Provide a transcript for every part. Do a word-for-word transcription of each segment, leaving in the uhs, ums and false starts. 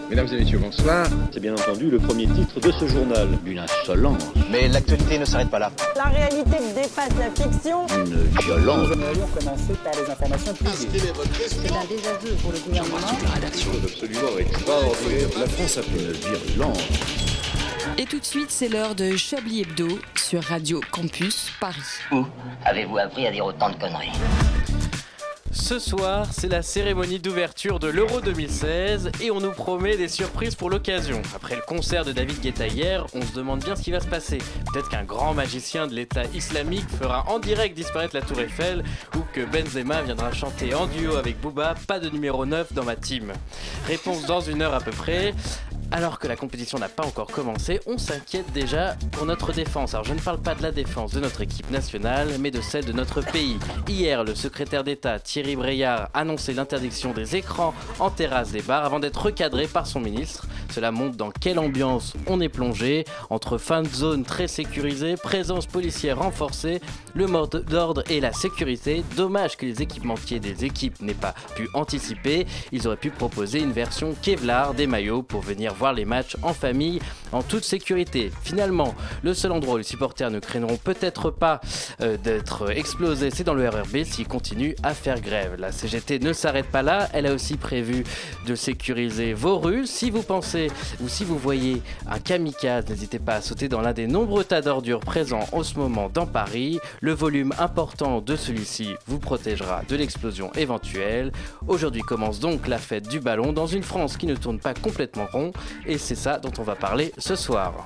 Mesdames et messieurs, bonsoir. C'est bien entendu le premier titre de ce journal. Une insolence. Mais l'actualité ne s'arrête pas là. La réalité dépasse la fiction. Une violence. Nous allons commencer par les informations privées. C'est un désaveu pour le gouvernement. La rédaction est absolument extraordinaire. La France a fait une virulence. Et tout de suite, c'est l'heure de Chablis Hebdo sur Radio Campus Paris. Où avez-vous appris à dire autant de conneries ? Ce soir, c'est la cérémonie d'ouverture de l'Euro deux mille seize et on nous promet des surprises pour l'occasion. Après le concert de David Guetta hier, on se demande bien ce qui va se passer. Peut-être qu'un grand magicien de l'État islamique fera en direct disparaître la Tour Eiffel ou que Benzema viendra chanter en duo avec Booba, pas de numéro neuf dans ma team. Réponse dans une heure à peu près. Alors que la compétition n'a pas encore commencé, on s'inquiète déjà pour notre défense. Alors je ne parle pas de la défense de notre équipe nationale, mais de celle de notre pays. Hier, le secrétaire d'État Thierry Breillat annonçait l'interdiction des écrans en terrasse des bars avant d'être recadré par son ministre. Cela montre dans quelle ambiance on est plongé, entre fin de zone très sécurisée, présence policière renforcée, le mot d'ordre et la sécurité. Dommage que les équipementiers des équipes n'aient pas pu anticiper. Ils auraient pu proposer une version Kevlar des maillots pour venir voir les matchs en famille en toute sécurité. Finalement, le seul endroit où les supporters ne craindront peut-être pas euh, d'être explosés, c'est dans le R R B s'ils continuent à faire grève. La C G T ne s'arrête pas là, elle a aussi prévu de sécuriser vos rues. Si vous pensez ou si vous voyez un kamikaze, n'hésitez pas à sauter dans l'un des nombreux tas d'ordures présents en ce moment dans Paris. Le volume important de celui-ci vous protégera de l'explosion éventuelle. Aujourd'hui commence donc la fête du ballon dans une France qui ne tourne pas complètement rond. Et c'est ça dont on va parler ce soir.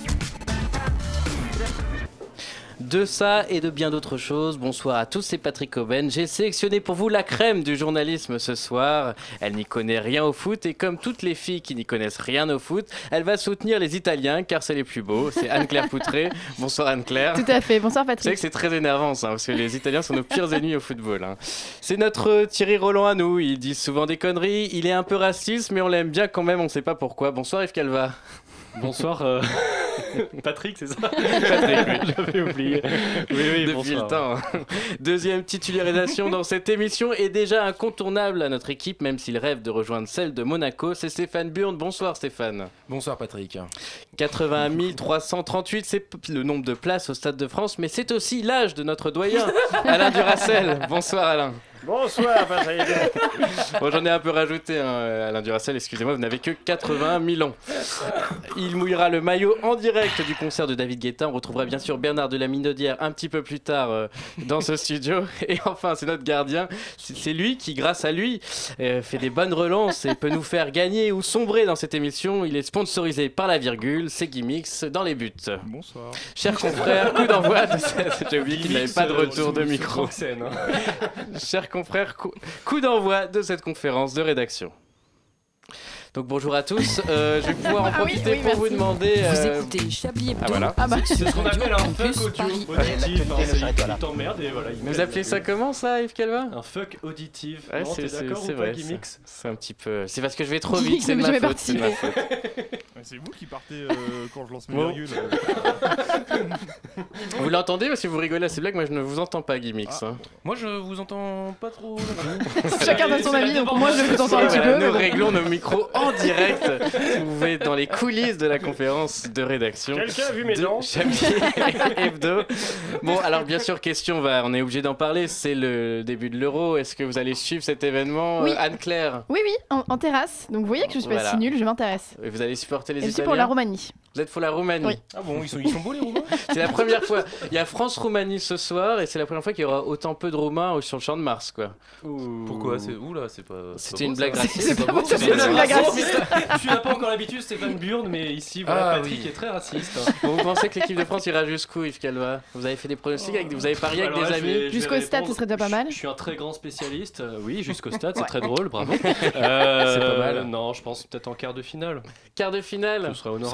De ça et de bien d'autres choses, bonsoir à tous, c'est Patrick Coben. J'ai sélectionné pour vous la crème du journalisme ce soir. Elle n'y connaît rien au foot et comme toutes les filles qui n'y connaissent rien au foot, elle va soutenir les Italiens car c'est les plus beaux. C'est Anne-Claire Poutré. Bonsoir Anne-Claire. Tout à fait, bonsoir Patrick. C'est vrai que c'est très énervant ça, parce que les Italiens sont nos pires ennemis au football. Hein. C'est notre Thierry Roland à nous, il dit souvent des conneries, il est un peu raciste mais on l'aime bien quand même, on ne sait pas pourquoi. Bonsoir Yves Calva. Bonsoir euh... Patrick, c'est ça Patrick, oui. J'avais oublié. Oui, oui, depuis bonsoir. le temps. Deuxième titularisation dans cette émission et déjà incontournable à notre équipe, même s'il rêve de rejoindre celle de Monaco, c'est Stéphane Burn. Bonsoir Stéphane. Bonsoir Patrick. quatre-vingt mille trois cent trente-huit, c'est le nombre de places au Stade de France, mais c'est aussi l'âge de notre doyen, Alain Duracell. Bonsoir Alain. Bonsoir Patrick. Bon, j'en ai un peu rajouté, hein, Alain Duracell, excusez-moi, vous n'avez que quatre-vingt mille ans. Il mouillera le maillot en direct du concert de David Guetta. On retrouvera bien sûr Bernard de la Minaudière un petit peu plus tard euh, dans ce studio. Et enfin, c'est notre gardien. C'est, c'est lui qui, grâce à lui, euh, fait des bonnes relances et peut nous faire gagner ou sombrer dans cette émission. Il est sponsorisé par la virgule, c'est Gimmicks dans les buts. Bonsoir. Chers confrères, coup d'envoi de cette... J'ai oublié qu'il n'avait pas de retour de micro. Scène, hein. Chers confrères, coup, coup d'envoi de cette conférence de rédaction. Donc bonjour à tous, euh, je vais pouvoir en Ah oui, profiter oui, pour merci. vous demander... Vous euh, écoutez Chablis Hebdo. Ah voilà. Ah bah, C'est ce qu'on appelle un Campus fuck audio Paris. auditif. l'actualité ne s'arrête pas là. Il t'emmerde et voilà. il Vous met- appelez ça comment ça, Yves Calva? Un fuck auditif. Ouais, Non, c'est, t'es c'est, d'accord c'est ou vrai, pas, Gimmicks? c'est, c'est un petit peu... C'est parce que je vais trop vite, Gimmicks c'est de n'a ma jamais faute, c'est de ma faute. C'est vous qui partez euh, quand je lance mes Bon. virgules. Vous l'entendez parce que vous rigolez à ces blagues, moi je ne vous entends pas, Gimmicks. Ah. Hein. Moi je vous entends pas trop. chacun donne son avis, donc moi je vous entends un petit Voilà, peu. mais nous bon. réglons nos micros en direct. Vous pouvez être dans les coulisses de la conférence de rédaction. Quelqu'un a vu mes de dents? Chablis Hebdo. Bon, alors bien sûr, question, on, va, on est obligé d'en parler. C'est le début de l'Euro. Est-ce que vous allez suivre cet événement? Oui. Euh, Anne-Claire, Oui, oui, en, en terrasse. Donc vous voyez que je suis pas Voilà. si nulle, je m'intéresse. vous allez supporter les Et aussi Italiens? pour la Roumanie. Vous êtes pour la Roumanie? Oui. Ah bon, ils sont, ils sont beaux les Roumains? C'est la première fois. Il y a France-Roumanie ce soir et c'est la première fois qu'il y aura autant peu de Roumains sur le champ de Mars, quoi. Pourquoi c'est... Oula, c'est pas... c'est C'était pas une beau, blague ça. raciste. C'est pas beau, c'est C'est pas une une blague raciste. Je n'ai pas encore l'habitude, Stéphane Burn, mais ici, voilà, Ah, Patrick oui. est très raciste. Bon, vous pensez que l'équipe de France ira jusqu'où, Yves Calva? Vous avez fait des pronostics, avec... vous avez parié avec Alors des là, je amis? vais- je vais Jusqu'au stade, répondre. ce serait déjà pas mal. Je, je suis un très grand spécialiste. euh, oui, jusqu'au stade, c'est Ouais. très drôle, bravo. Euh, C'est pas mal. Non, je pense peut-être en quart de finale. Quart de Ce finale? serait Ce serait honorable. déjà honnête.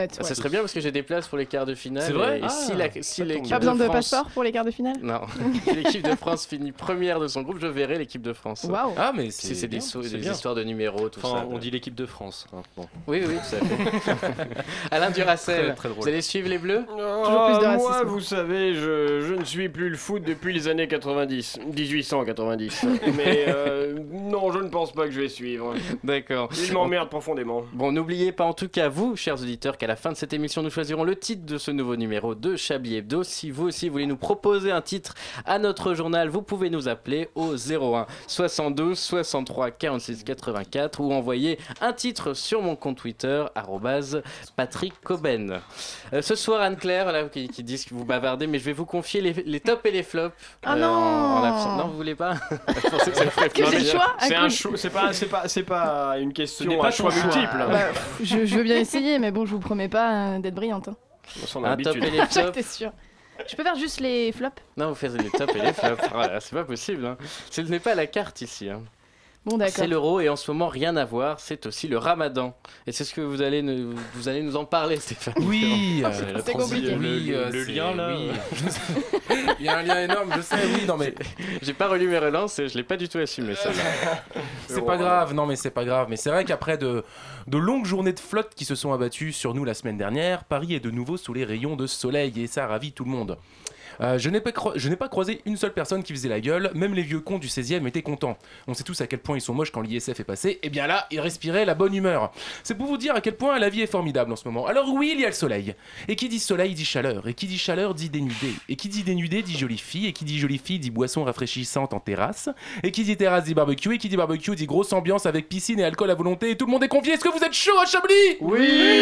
fait. Ça ouais. serait bien parce que j'ai des places pour les quarts de finale. C'est vrai Et Ah, si, la, si ça tombe l'équipe Pas besoin de, France... passeport pour les quarts de finale. Non, si l'équipe de France finit première de son groupe, je verrai l'équipe de France. Waouh. Ah, mais Si c'est des, bien, sau- c'est des bien. histoires de numéros, tout Enfin, ça. on dit l'équipe de France. hein, bon. Oui, oui, tout à fait. Alain Duracell, Très, très drôle. vous allez suivre les Bleus Toujours plus de Ah, racisme. moi, vous savez, je, je ne suis plus le foot depuis les années quatre-vingt-dix, dix-huit cent quatre-vingt-dix. Mais euh, non, je ne pense pas que je vais suivre. D'accord. Il m'emmerde profondément. Bon, n'oubliez pas en tout cas, vous, chers auditeurs, qu'à la fin de cette émission, nous choisirons le titre de ce nouveau numéro de Chablis Hebdo. Si vous aussi voulez nous proposer un titre à notre journal, vous pouvez nous appeler au zéro un soixante-douze soixante-trois quarante-six quatre-vingt-quatre ou envoyer un titre sur mon compte Twitter, arobase Patrick Coben. Euh, ce soir, Anne-Claire, là, qui, qui dit que vous bavardez, mais je vais vous confier les, les tops et les flops. Ah non en absence- Non, vous voulez pas Je pensais que ça me ferait Que j'ai plaisir. le choix. C'est Ah, un cool. chou- c'est pas, c'est pas, c'est pas une Ce question n'est pas à choix ton choix. multiple. Bah, pff, je, je veux bien essayer, mais bon, je vous promets pas euh, d'être brillante. Hein. On s'en Un a top l'habitude. et les flops. T'es sûr. Je peux faire juste les flops? Non, vous faites les tops et les flops. Voilà, c'est pas possible. Hein. Ce n'est pas la carte ici. Hein. Bon, d'accord. C'est l'euro et en ce moment rien à voir, c'est aussi le ramadan. Et c'est ce que vous allez, ne- vous allez nous en parler, Stéphane. Oui, euh, C'est la C'est transi- compliqué. le- oui, le- euh, le c'est- lien là. oui. Je sais. Il y a un lien énorme, je sais, oui, non mais J'ai pas relu mes relances et je l'ai pas du tout assumé ça. c'est pas grave, non mais c'est pas grave. Mais c'est vrai qu'après de, de longues journées de flotte qui se sont abattues sur nous la semaine dernière, Paris est de nouveau sous les rayons de soleil et ça ravit tout le monde. Euh, je n'ai pas, cro- je n'ai pas croisé une seule personne qui faisait la gueule, même les vieux cons du seizième étaient contents. On sait tous à quel point ils sont moches quand l'I S F est passé, et bien là, ils respiraient la bonne humeur. C'est pour vous dire à quel point la vie est formidable en ce moment. Alors oui, il y a le soleil. Et qui dit soleil dit chaleur, et qui dit chaleur dit dénudé. Et qui dit dénudé dit jolie fille, et qui dit jolie fille dit boisson rafraîchissante en terrasse. Et qui dit terrasse dit barbecue, et qui dit barbecue dit grosse ambiance avec piscine et alcool à volonté, et tout le monde est convié. Est-ce que vous êtes chaud à Chablis? Oui.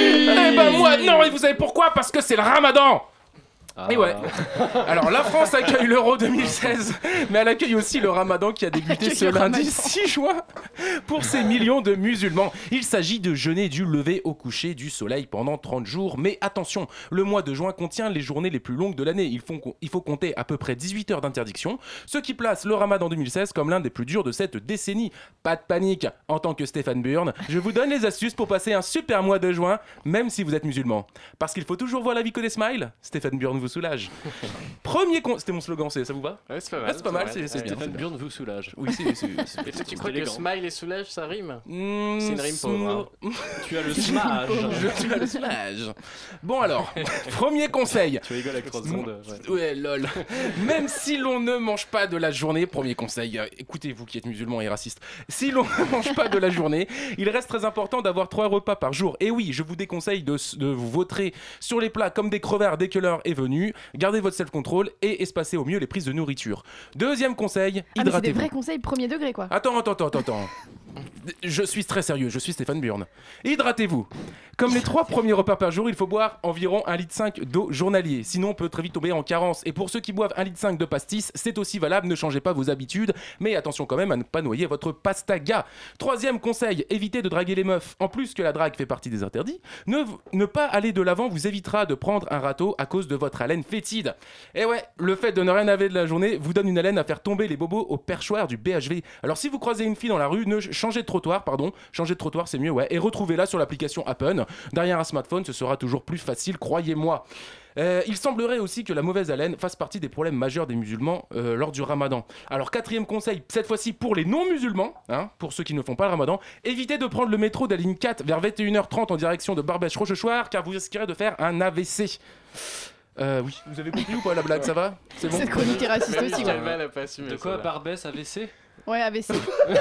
Eh ben moi non, et vous savez pourquoi? Parce que c'est le ramadan. Ah. Et ouais. Alors la France accueille l'Euro deux mille seize, mais elle accueille aussi le Ramadan qui a débuté ce Le lundi Ramadan. six juin pour ces millions de musulmans. Il s'agit de jeûner du lever au coucher du soleil pendant trente jours. Mais attention, le mois de juin contient les journées les plus longues de l'année. Il faut, il faut compter à peu près dix-huit heures d'interdiction, ce qui place le Ramadan deux mille seize comme l'un des plus durs de cette décennie. Pas de panique, en tant que Stéphane Burn, je vous donne les astuces pour passer un super mois de juin, même si vous êtes musulman. Parce qu'il faut toujours voir la vie que des smiles. Stéphane Burn vous soulage. Premier con... C'était mon slogan, c'est- ça vous va? Ouais, c'est pas mal. Ah, c'est pas mal, c'est- c'est bien. Stéphane c'est Burn vous soulage. Oui, c'est... c'est- c'est- Est-ce que tu crois que smile et soulage ça rime? Mmh, C'est une rime pauvre, hein. Tu as le smash. Je, tu as le smash. Bon alors, premier conseil. Tu rigoles avec trois secondes. Mm. Ouais, lol. Même si l'on ne mange pas de la journée, premier conseil, euh, écoutez vous qui êtes musulmans et racistes, si l'on ne mange pas de la journée, il reste très important d'avoir trois repas par jour. Et oui, je vous déconseille de, s- de vous vautrer sur les plats comme des crevards dès que l'heure est venue. Gardez votre self-control et espacez au mieux les prises de nourriture. Deuxième conseil, Ah, mais c'est des hydratez-vous. vrais conseils premier degré, quoi. Attends, attends, attends, attends. Je suis très sérieux, je suis Stéphane Burn. Hydratez-vous. Comme les trois premiers repas par jour, il faut boire environ un virgule cinq litre d'eau journalier. Sinon, on peut très vite tomber en carence. Et pour ceux qui boivent un virgule cinq litre de pastis, c'est aussi valable, ne changez pas vos habitudes. Mais attention quand même à ne pas noyer votre pastaga. Troisième conseil, évitez de draguer les meufs. En plus que la drague fait partie des interdits, ne, ne pas aller de l'avant vous évitera de prendre un râteau à cause de votre haleine fétide. Et ouais, le fait de ne rien laver de la journée vous donne une haleine à faire tomber les bobos au perchoir du B H V. Alors si vous croisez une fille dans la rue, ne changez de trottoir, pardon, changez de trottoir, c'est mieux, ouais, et retrouvez-la sur l'application Happen. Derrière un smartphone, ce sera toujours plus facile, croyez-moi. Euh, il semblerait aussi que la mauvaise haleine fasse partie des problèmes majeurs des musulmans euh, lors du ramadan. Alors quatrième conseil, cette fois-ci pour les non-musulmans, hein, pour ceux qui ne font pas le ramadan, évitez de prendre le métro de la ligne quatre vers vingt et une heures trente en direction de Barbèche-Rochechouart car vous risquerez de faire un A V C. Euh, oui, vous avez compris ou pas la blague, ça va? C'est bon? Cette chronique est raciste aussi, quoi. Mal à pas assumer, De quoi, celle-là. Barbès, A V C? Ouais, A V C.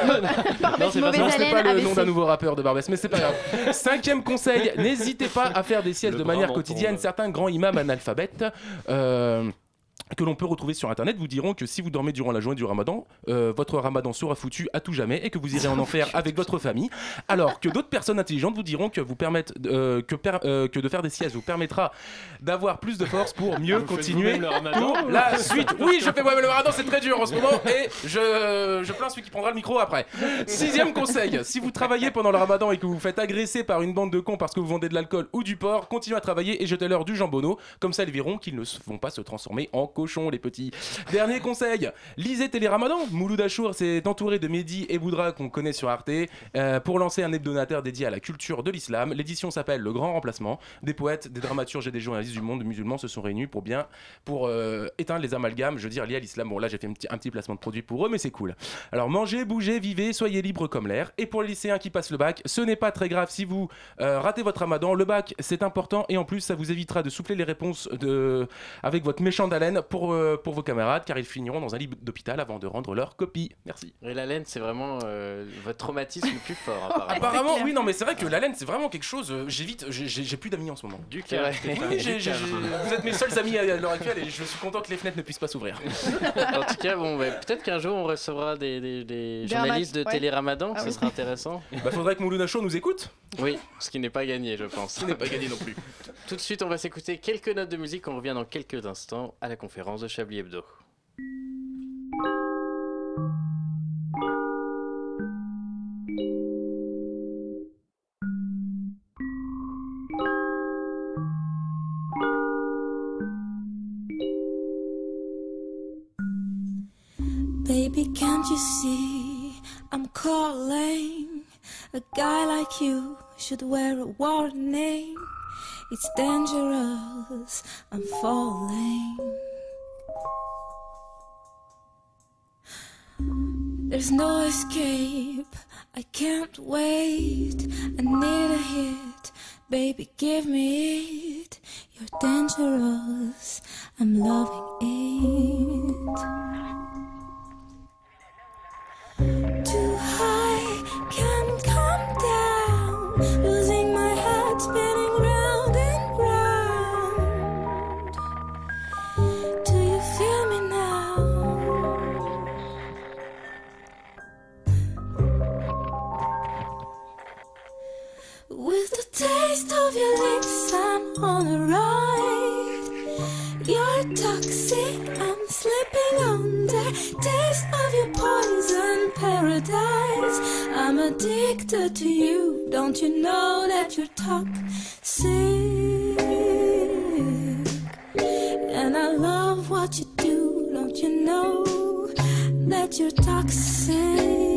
Non, c'est pas mauvaise ça. Ce n'est pas haleine, le nom A V C. d'un nouveau rappeur de Barbès, mais c'est pas grave. Cinquième conseil, n'hésitez pas à faire des siestes Le de bras manière menton, quotidienne. là. Certains grands imams analphabètes euh, que l'on peut retrouver sur internet vous diront que si vous dormez durant la journée du ramadan, euh, votre ramadan sera foutu à tout jamais et que vous irez en enfer avec votre famille, alors que d'autres personnes intelligentes vous diront que, vous permettent, euh, que, per- euh, que de faire des siestes vous permettra d'avoir plus de force pour mieux Vous faites continuer vous-même le ramadan pour la suite. Oui, je fais moi-même le ramadan, c'est très dur en ce moment et je, je plains celui qui prendra le micro après. Sixième conseil, si vous travaillez pendant le ramadan et que vous vous faites agresser par une bande de cons parce que vous vendez de l'alcool ou du porc, continuez à travailler et jetez-leur du jambonneau, comme ça ils verront qu'ils ne vont pas se transformer en vraiment cochons les petits. Dernier conseil, lisez Télé Ramadan. Mouloud Achour s'est entouré de Mehdi et Boudra qu'on connaît sur Arte euh, pour lancer un hebdomadaire dédié à la culture de l'islam. L'édition s'appelle Le Grand Remplacement. Des poètes, des dramaturges et des journalistes du monde musulman se sont réunis pour bien pour euh, éteindre les amalgames, je veux dire liés à l'islam. Bon là j'ai fait un petit, un petit placement de produit pour eux mais c'est cool. Alors mangez, bougez, vivez, soyez libres comme l'air. Et pour les lycéens qui passent le bac, ce n'est pas très grave si vous euh, ratez votre ramadan. Le bac c'est important et en plus ça vous évitera de souffler les réponses de... avec votre méchant haleine pour, euh, pour vos camarades car ils finiront dans un lit d'hôpital avant de rendre leur copie. Merci. Et la laine c'est vraiment euh, votre traumatisme le plus fort apparemment. Apparemment oui non mais c'est vrai que la laine c'est vraiment quelque chose, euh, j'évite, j'ai, j'ai plus d'amis en ce moment. Du cœur. Oui, j'ai, j'ai, j'ai... Vous êtes mes seuls amis à l'heure actuelle et je suis content que les fenêtres ne puissent pas s'ouvrir. En tout cas, bon, bah, peut-être qu'un jour on recevra des, des, des journalistes de ouais. Télé Ramadan, Ah ce oui. sera intéressant. Bah faudrait que Mouloud Achour nous écoute. Oui, ce qui n'est pas gagné, je pense. Ce qui n'est pas gagné non plus. Tout de suite, on va s'écouter quelques notes de musique. On revient dans quelques instants à la conférence de Chablis Hebdo. Baby, can't you see I'm calling? A guy like you should wear a warning. It's dangerous, I'm falling. There's no escape, I can't wait. I need a hit, baby, give me it. You're dangerous, I'm loving it. Too high, can't come down. Losing my head, spinning round and round. Do you feel me now? With the taste of your lips, I'm on a ride. You're toxic, I'm slipping under. Taste of your poison paradise. I'm addicted to you. Don't you know that you're toxic? And I love what you do. Don't you know that you're toxic?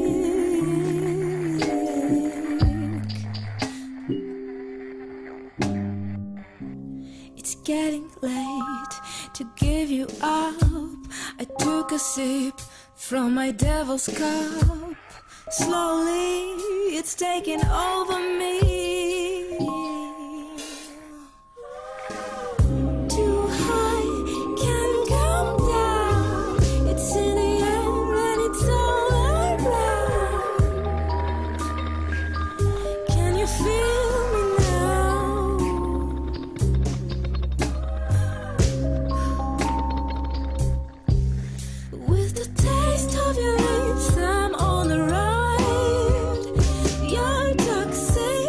It's getting late to give you up. I took a sip from my devil's cup. Slowly, it's taking over me. Too high, can't come down. It's in the air and it's all around. Can you feel me now? With the taste of your lips, I'm on the ride. You're toxic.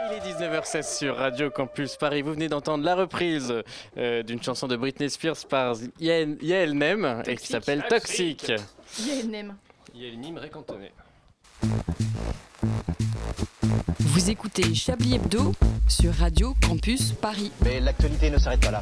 Il est dix-neuf heures seize sur Radio Campus Paris. Vous venez d'entendre la reprise euh, d'une chanson de Britney Spears par Yael, Yael Nem et qui s'appelle Toxic. Yael Nem. Yael Nem récantonné. Vous écoutez Chablis Hebdo sur Radio Campus Paris. Mais l'actualité ne s'arrête pas là.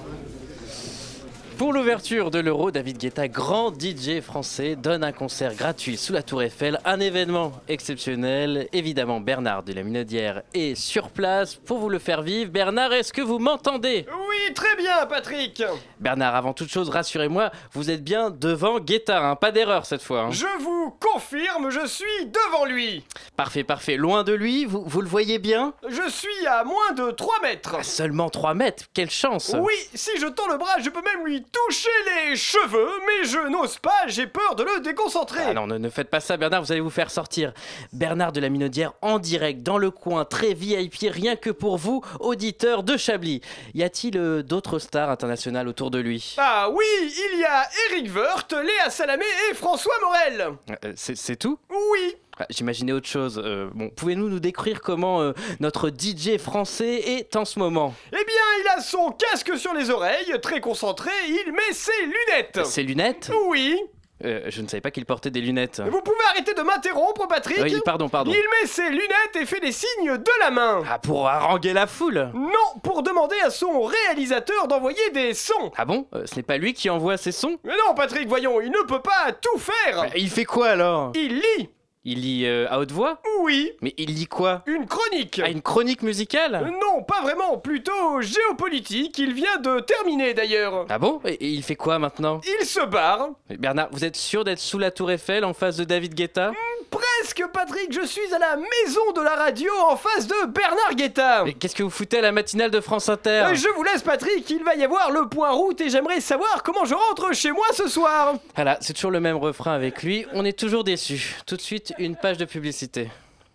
Pour l'ouverture de l'Euro, David Guetta, grand D J français, donne un concert gratuit sous la Tour Eiffel, un événement exceptionnel. Évidemment, Bernard de la Minaudière est sur place pour vous le faire vivre. Bernard, est-ce que vous m'entendez ? Oui, très bien, Patrick. Bernard, avant toute chose, rassurez-moi, vous êtes bien devant Guetta, hein, pas d'erreur cette fois. Hein. Je vous confirme, je suis devant lui. Parfait, parfait. Loin de lui, vous, vous le voyez bien ? Je suis à moins de trois mètres. Ah, seulement trois mètres, quelle chance. Oui, si je tends le bras, je peux même lui toucher les cheveux, mais je n'ose pas, j'ai peur de le déconcentrer. Ah non, ne, ne faites pas ça, Bernard, vous allez vous faire sortir. Bernard de la Minaudière en direct, dans le coin, très V I P, rien que pour vous, auditeurs de Chablis. Y a-t-il euh, d'autres stars internationales autour de lui ? Ah oui, il y a Eric Woerth, Léa Salamé et François Morel. Euh, c'est, c'est tout ? Oui. Ah, j'imaginais autre chose. Euh, bon, pouvez-vous nous décrire comment euh, notre D J français est en ce moment ? Eh bien, il a son casque sur les oreilles, très concentré, il met ses lunettes. Ses lunettes ? Oui. Euh, je ne savais pas qu'il portait des lunettes. Vous pouvez arrêter de m'interrompre, Patrick ? Oui, pardon, pardon. Il met ses lunettes et fait des signes de la main. Ah, pour haranguer la foule ? Non, pour demander à son réalisateur d'envoyer des sons. Ah bon ? euh, Ce n'est pas lui qui envoie ses sons ? Mais non, Patrick, voyons, il ne peut pas tout faire. Euh, il fait quoi alors ? Il lit. Il lit euh, à haute voix ? Oui. Mais il lit quoi ? Une chronique. Ah, une chronique musicale ? euh, Non, pas vraiment, plutôt géopolitique. Il vient de terminer d'ailleurs. Ah bon ? et, et il fait quoi maintenant ? Il se barre. Bernard, vous êtes sûr d'être sous la Tour Eiffel en face de David Guetta ? mmh, Presque, Patrick, je suis à la maison de la radio en face de Bernard Guetta. Mais qu'est-ce que vous foutez à la matinale de France Inter ? euh, Je vous laisse, Patrick, il va y avoir le point route et j'aimerais savoir comment je rentre chez moi ce soir. Voilà, c'est toujours le même refrain avec lui, on est toujours déçus. Tout de suite, une page de publicité.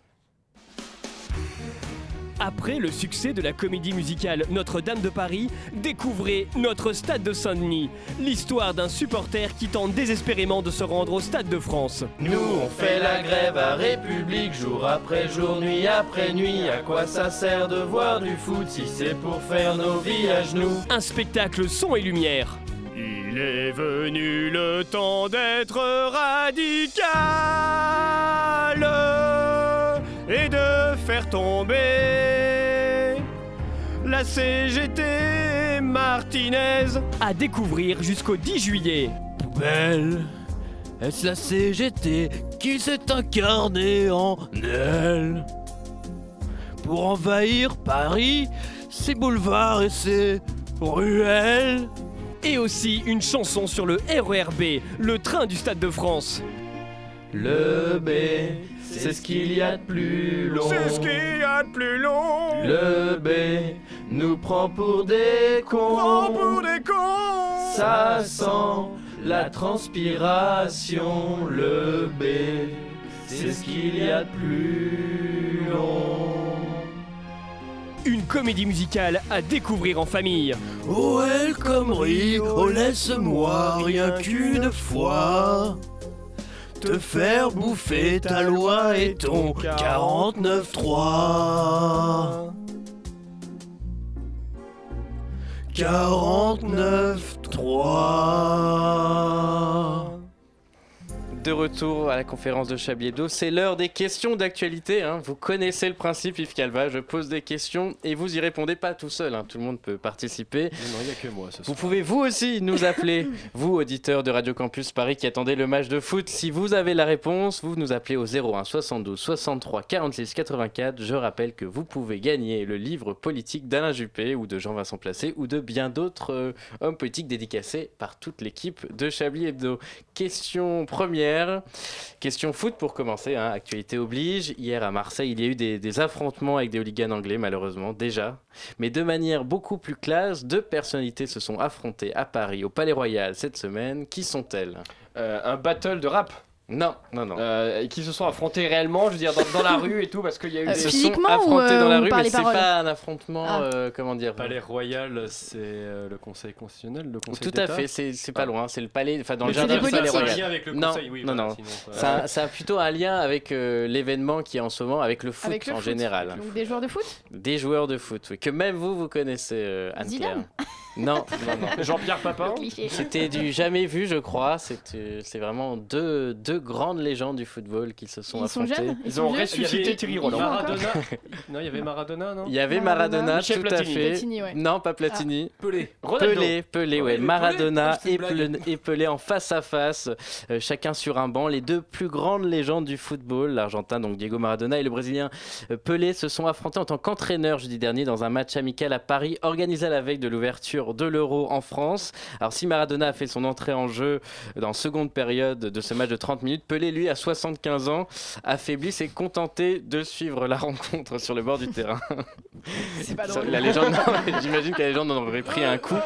Après le succès de la comédie musicale Notre-Dame de Paris, découvrez Notre Stade de Saint-Denis, l'histoire d'un supporter qui tente désespérément de se rendre au Stade de France. Nous on fait la grève à République, jour après jour, nuit après nuit. À quoi ça sert de voir du foot si c'est pour faire nos vies à genoux? Un spectacle son et lumière. Il est venu le temps d'être radical et de faire tomber la C G T Martinez. À découvrir jusqu'au dix juillet. Poubelle, est-ce la C G T qui s'est incarnée en elle pour envahir Paris, ses boulevards et ses ruelles? Et aussi une chanson sur le R E R B, le train du Stade de France. Le B, c'est ce qu'il y a de plus long. C'est ce qu'il y a de plus long. Le B nous prend pour des cons. Prend pour des cons. Ça sent la transpiration. Le B, c'est ce qu'il y a de plus long. Une comédie musicale à découvrir en famille. Oh Elcomri, oh laisse-moi rien qu'une fois te faire bouffer ta loi et ton quarante-neuf trois. quarante-neuf trois. De retour à la conférence de Chablis Hebdo, c'est l'heure des questions d'actualité. Hein. Vous connaissez le principe, Yves Calva, je pose des questions et vous y répondez pas tout seul, hein. Tout le monde peut participer. Non, il n'y a que moi ce soir. Vous pouvez vous aussi nous appeler, vous auditeurs de Radio Campus Paris qui attendez le match de foot. Si vous avez la réponse, vous nous appelez au zéro un soixante-douze soixante-trois quarante-six quatre-vingt-quatre. Je rappelle que vous pouvez gagner le livre politique d'Alain Juppé ou de Jean-Vincent Placé ou de bien d'autres euh, hommes politiques dédicacés par toute l'équipe de Chablis Hebdo. Question première. Question foot pour commencer, hein. Actualité oblige. Hier à Marseille, il y a eu des, des affrontements avec des hooligans anglais, malheureusement, déjà. Mais de manière beaucoup plus classe, deux personnalités se sont affrontées à Paris, au Palais Royal, cette semaine. Qui sont-elles ? euh, Un battle de rap. Non, non, non. Euh, et qui se sont affrontés réellement, je veux dire, dans, dans la rue et tout, parce qu'il y a eu Euh, des... Ils se sont physiquement affrontés ou, dans la euh, rue, par mais les c'est paroles pas un affrontement, Ah. euh, comment dire. Le palais royal, c'est euh, le conseil constitutionnel, le conseil Tout à d'État. fait, c'est c'est pas loin, c'est le palais, enfin dans Mais le c'est jardin des du palais politiques. royal. Ça a un lien avec le non, conseil, oui, non, voilà, non, sinon, ça- ça, a- ça a plutôt un lien avec euh, l'événement qui est en ce moment, avec le foot Avec le en foot. général. Donc des joueurs de foot. Des joueurs de foot, oui, que même vous, vous connaissez, euh, Anne-Claire. Zidane. Non, non, non. Jean-Pierre Papin. Cliché. C'était du jamais vu, je crois. C'est euh, c'est vraiment deux, deux grandes légendes du football qui se sont Ils sont affrontées. jeunes. Ils ont sont vieux. ressuscité Il y avait Thierry Ils Roland. jouent encore Maradona. Non, il y avait Maradona, non Il y avait Maradona. Maradona, Michel tout Platini. à fait. Platini, ouais. Non, pas Platini. Pelé. Ronaldo. Pelé, Pelé, ouais. Ouais, les Maradona Pelé, et oh, c'est une Pelé, et Pelé en face à face, euh, chacun sur un banc. Les deux plus grandes légendes du football, l'Argentin donc Diego Maradona et le Brésilien euh, Pelé, se sont affrontés en tant qu'entraîneurs jeudi dernier dans un match amical à Paris, organisé à la veille de l'ouverture de l'Euro en France. Alors si Maradona a fait son entrée en jeu dans seconde période de ce match de trente minutes, Pelé, lui, à soixante-quinze ans, affaibli, s'est contenté de suivre la rencontre sur le bord du terrain. C'est pas Ça, drôle. La légende, non, j'imagine que la légende en aurait pris un coup.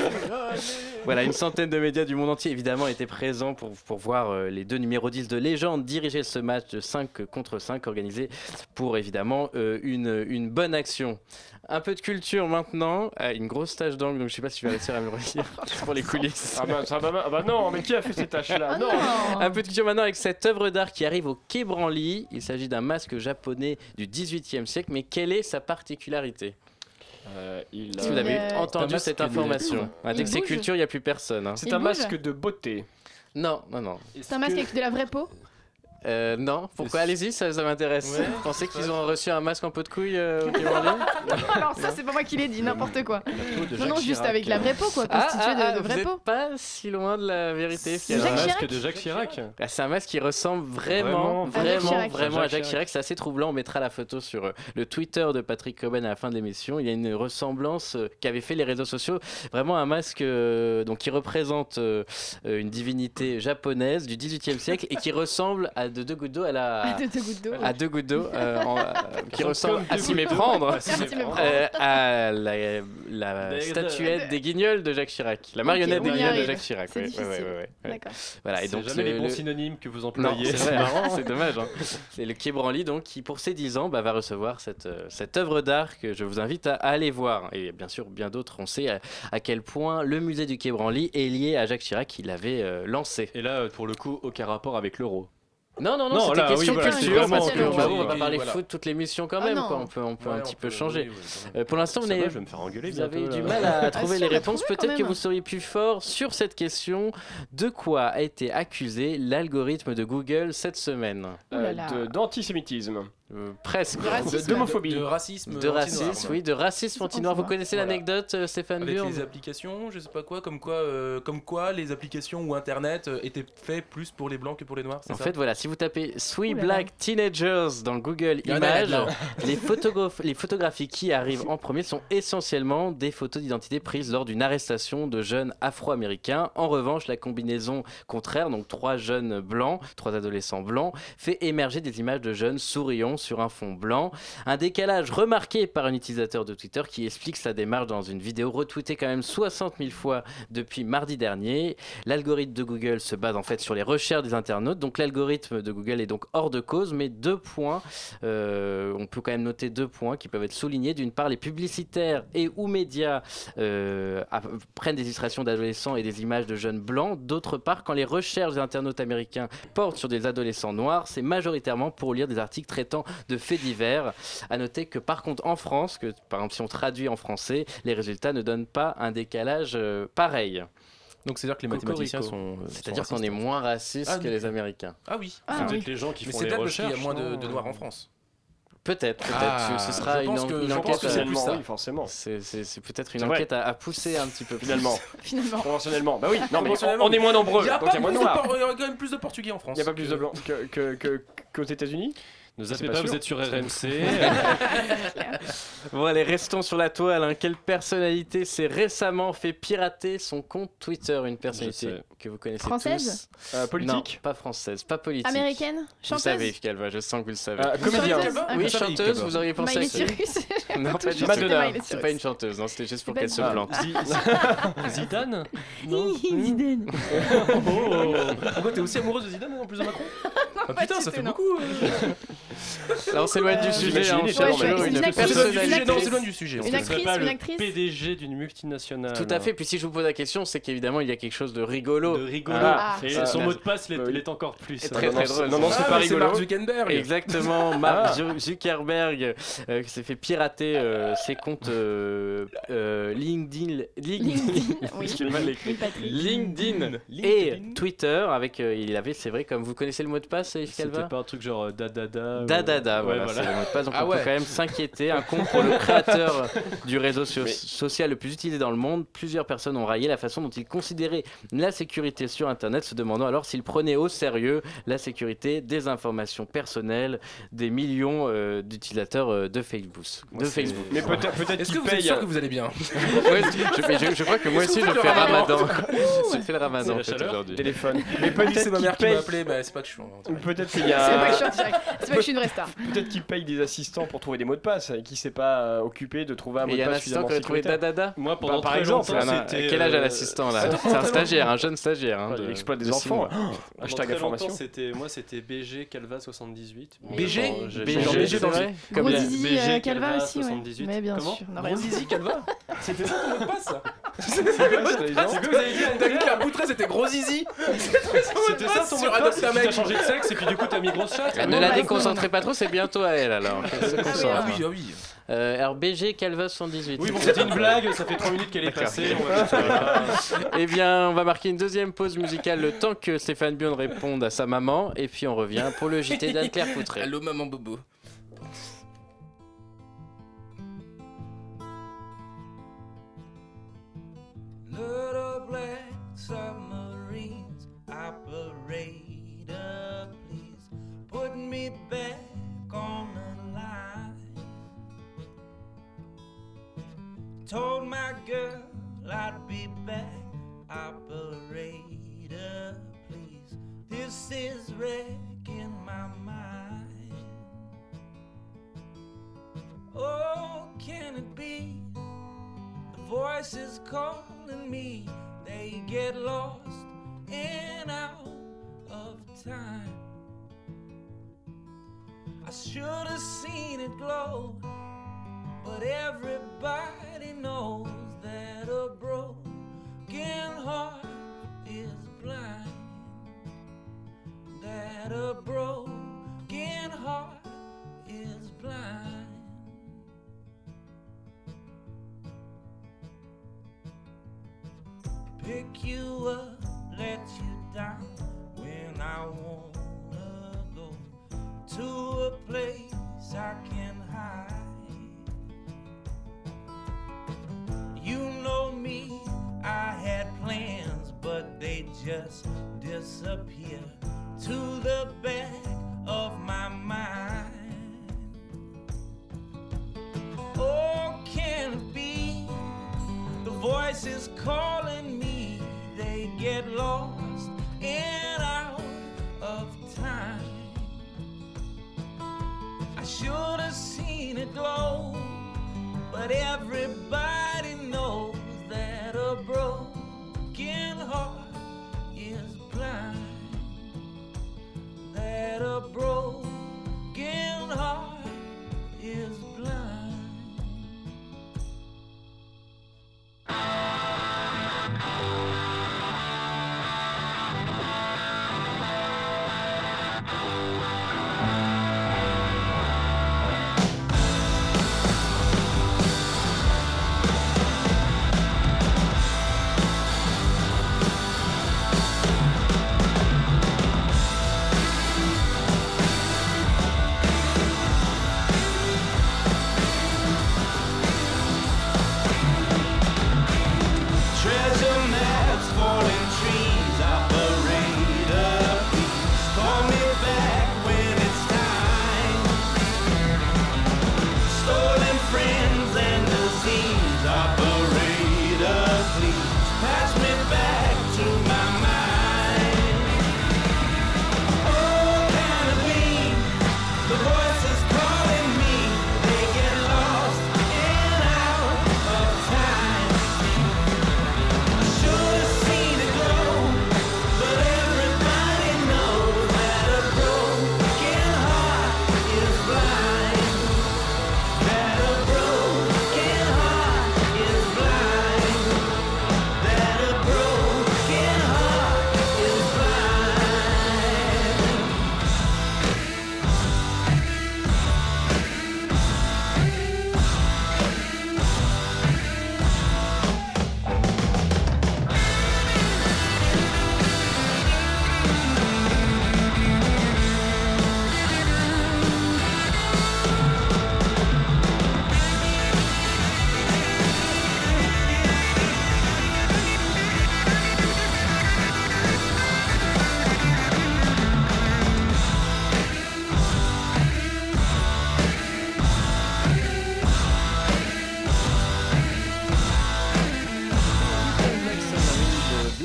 Voilà, une centaine de médias du monde entier évidemment étaient présents pour, pour voir euh, les deux numéros dix de légende diriger ce match de cinq contre cinq organisé pour évidemment euh, une, une bonne action. Un peu de culture maintenant, euh, une grosse tâche d'angle, donc je sais pas si je vais réussir à me relire pour les coulisses. Ah bah, ça va, ah bah non, mais qui a fait ces tâches-là? Ah Non. non. Un peu de culture maintenant avec cette œuvre d'art qui arrive au Quai Branly. Il s'agit d'un masque japonais du dix-huitième siècle, mais quelle est sa particularité? Euh, il Si a- vous avez Euh, entendu un cette masque de- information, ah, dès Il que c'est bouge. culture, il n'y a plus personne. hein. C'est Il un bouge. masque de beauté. Non, non, non. C'est un masque avec de la vraie peau. Euh, non, pourquoi? Allez-y, ça, ça m'intéresse. Ouais. Vous pensez qu'ils ont reçu un masque en peau de couille euh, au Quai Branly? Alors ça c'est pas moi qui l'ai dit, n'importe quoi. La peau de Non non, Jacques juste Chirac. avec la vraie peau quoi, Ah, constituée ah, ah, de, de vous vraie êtes peau. pas si loin de la vérité. C'est un Jacques masque Chirac de Jacques Chirac. Ah, c'est un masque qui ressemble vraiment, Vraiment, à Jacques vraiment, Chirac. vraiment à Jacques Jacques Chirac. Chirac. C'est assez troublant. On mettra la photo sur euh, le Twitter de Patrick Coben à la fin de l'émission. Il y a une ressemblance euh, qu'avaient fait les réseaux sociaux. Vraiment un masque euh, donc, qui représente euh, euh, une divinité japonaise du dix-huitième siècle et qui ressemble à de deux gouttes d'eau à la... De deux gouttes d'eau. à deux gouttes d'eau, euh, en- euh, qui Comme ressemble à deux s'y gouttes d'eau. méprendre À s'y méprendre. euh, à la, la Des- statuette des Guignols de Jacques Chirac, la marionnette Ok, des on y Guignols de arrive. Jacques Chirac. C'est ouais, ouais, difficile. ouais, ouais, ouais. D'accord. Voilà, et C'est donc jamais le- les bons le- synonymes que vous Non, employez. c'est C'est vrai, marrant. c'est dommage. hein. C'est le Quai Branly donc qui, pour ses dix ans, bah, va recevoir cette, euh, cette œuvre d'art que je vous invite à, à aller voir. Et bien sûr, bien d'autres. On sait à, à quel point le musée du Quai Branly est lié à Jacques Chirac, qui l'avait euh, lancé. Et là, pour le coup, aucun rapport avec l'euro. Non, non, non, Non, c'était là, question oui, voilà, culture, c'est parce vraiment que culture, bah, on va pas oui, parler voilà. foot toute l'émission quand Ah même, non. quoi. On peut, on peut Ouais, un on petit peut- peu changer. oui, oui, quand même. Euh, pour l'instant, vous Ça va, n'avez je vais me faire engueuler Vous avez bientôt, du là. mal à Ah trouver si, les on a réponses. trouvé quand Peut-être que même. vous seriez plus fort sur cette question. De quoi a été accusé l'algorithme de Google cette semaine? Ouh là Euh, là. de- D'antisémitisme. Euh, Presque. De racisme. D'homophobie. De racisme. De anti-noir, racisme, ouais. oui, de racisme anti-noir. Vous Anti-noir. connaissez Voilà. l'anecdote, euh, Stéphane Avec Burn? les applications, je sais pas quoi, comme quoi, euh, comme quoi les applications ou Internet euh, étaient faits plus pour les blancs que pour les noirs, c'est En ça fait, voilà, si vous tapez Sweet Ouh là là. Black Teenagers dans Google Il y en a Images, là-dedans. les, photographes- les photographies qui arrivent en premier sont essentiellement des photos d'identité prises lors d'une arrestation de jeunes afro-américains. En revanche, la combinaison contraire, donc trois jeunes blancs, trois adolescents blancs, fait émerger des images de jeunes souriants sur un fond blanc. Un décalage remarqué par un utilisateur de Twitter qui explique sa démarche dans une vidéo retweetée quand même soixante mille fois depuis mardi dernier. L'algorithme de Google se base en fait sur les recherches des internautes. Donc l'algorithme de Google est donc hors de cause, mais deux points, euh, on peut quand même noter deux points qui peuvent être soulignés. D'une part, les publicitaires et ou médias euh, a- prennent des illustrations d'adolescents et des images de jeunes blancs. D'autre part, quand les recherches des internautes américains portent sur des adolescents noirs, c'est majoritairement pour lire des articles traitant de faits divers. À noter que par contre en France, que par exemple si on traduit en français, les résultats ne donnent pas un décalage euh, pareil. Donc c'est-à-dire que les mathématiciens sont. euh, C'est-à-dire sont qu'on est racistes. moins raciste Ah, que oui. les Américains. Ah oui. Ah C'est oui. peut-être les gens qui Mais font c'est les peut-être parce qu'il y a recherches. moins de, non de noirs en France. Peut-être, peut-être. Ah, ce, ce sera je une, pense en- que- une je pense enquête. que c'est à- plus ça. Oui, forcément. C'est, c'est- c'est peut-être une C'est vrai. enquête à, à pousser un petit peu plus. Finalement. Finalement. Conventionnellement. Bah oui, non mais on, Conventionnellement. on est moins nombreux. Il y a donc il y pas a moins de plus de noirs. por- il y a quand même plus de Portugais en France. Il n'y a pas plus de que- blancs que, que, que- qu'aux États-Unis. Ne C'est zappez pas pas, sûr. vous êtes sur R M C. Bon allez, restons sur la toile. hein. Quelle personnalité s'est récemment fait pirater son compte Twitter? Une personnalité sais. que vous connaissez Française tous. Euh, politique Non, pas française, pas politique. Américaine? Vous Chanteuse? savez, Yves Calva, je sens que vous le savez. Euh, comédien. Chanteuse? Oui, Vous savez, chanteuse, Calva. vous auriez pensé à Miley qui? Cyrus? Non, pas du tout. Madonna. Miley C'est Cyrus. pas une chanteuse, non, c'était juste pour C'est qu'elle pas se une- plante. Zi- Zidane Non. Zidane. Oh. Pourquoi t'es aussi amoureuse de Zidane en plus de Macron? Ah putain, ça du fait tout, non. beaucoup. euh. Là, on s'éloigne du Euh, sujet. j'imagine hein, on les cherche gens, une ouais, une actrice, personnalité. Non, on s'éloigne du sujet. on Une s'éloigne. actrice, pas une le actrice. P D G d'une multinationale. Tout à fait. Puis si je vous pose la question, c'est qu'évidemment, il y a quelque chose de rigolo. De rigolo. Ah, Et ah, son ah, mot de passe l'est bah oui. l'est encore plus. C'est hein. très non, très non, drôle. non, non, c'est Ah, pas mais rigolo. Mark Zuckerberg. Exactement, Mark Zu- Zuckerberg euh, qui s'est fait pirater euh, ses comptes euh, euh, LinkedIn, LinkedIn, Oui. J'ai mal écrit. Oui, Patrick. LinkedIn et Twitter avec euh, il avait c'est vrai comme vous connaissez le mot de passe Yves C'était Calva. pas un truc genre euh, dadada. ou- Dadada, Ouais, voilà, c'est le mot de passe. Donc Ah on ouais. peut quand même s'inquiéter. Un compte pour le créateur du réseau so- Mais- social le plus utilisé dans le monde. Plusieurs personnes ont raillé la façon dont il considérait la sécurité sur Internet, se demandant alors s'il prenait au sérieux la sécurité des informations personnelles des millions euh, d'utilisateurs euh, de Facebook. De c'est- Facebook. Mais peut-être peut-être Est-ce que qu'il vous êtes paye. sûr que vous allez bien? Ouais, je, fais- je- je crois que moi Est-ce que aussi vous je faites fais le ramadan ramadan. Je fais le ramadan C'est en la fait, chaleur aujourd'hui. Téléphone. Mais C'est peut-être ma qu'il mère qui m'a paye. appelé, bah c'est pas que je suis. Ou peut-être qu'il y C'est pas que je suis a. en direct. C'est pas que je suis une vraie star. Peut-être qu'il paye des assistants pour trouver des mots de passe et qui s'est pas euh, occupé de trouver un Et mot il y de a un passe assistant suffisamment qui a trouvé sécuritaire. Dadada. Moi, pendant Bah, par très exemple, longtemps, Ah, c'était. quel âge a euh, l'assistant là? Attends, C'est un attends, stagiaire, un jeune stagiaire. hein, Il de- exploite des de six enfants. mois. Oh, Pendant hashtag très longtemps, information. c'était moi, c'était B G Calva soixante-dix-huit. Bon, B G? bon, j'ai B G, changé, c'est c'est vrai vrai. Comme Gros la- Zizi B G euh, Calva Calva aussi, ouais. soixante-dix-huit. Mais bien Comment sûr. non, Gros rien. Zizi Calva? C'était ça ton mot de passe? C'est quoi, c'est C'est ce que vous avez dit à Anne Claire Boutré, c'était Gros Zizi? C'était ça ton mot de passe? Puis t'as changé de sexe et puis du coup t'as mis grosse chatte. Ah, ne la déconcentrez pas trop, c'est bientôt à elle alors. qu'elle se Ah concentre. oui, ah oui. Euh, alors B G Calva soixante-dix-huit. Oui, bon, c'était une blague, ça fait trois minutes qu'elle est D'accord. passée. on va faire ça. Eh bien, on va marquer une deuxième pause musicale le temps que Stéphane Bion réponde à sa maman. Et puis on revient pour le J T d'Anne-Claire Poutré. Allô maman Bobo. Little black submarines, operator, please put me back on the line. Told my girl I'd be back, operator, please. This is wrecking my mind. Oh, can it be? The voices calling me, they get lost and out of time. I should have seen it glow, but everybody knows that a broken heart is blind. That a broken heart is blind. Pick you up, let you down when I wanna go to a place I can hide. You know me, I had plans, but they just disappear to the back of my mind. Oh, can it be? The voices calling me, they get lost and out of time. I should have seen it glow, but everybody knows that a broken heart is blind. That a broken heart is blind.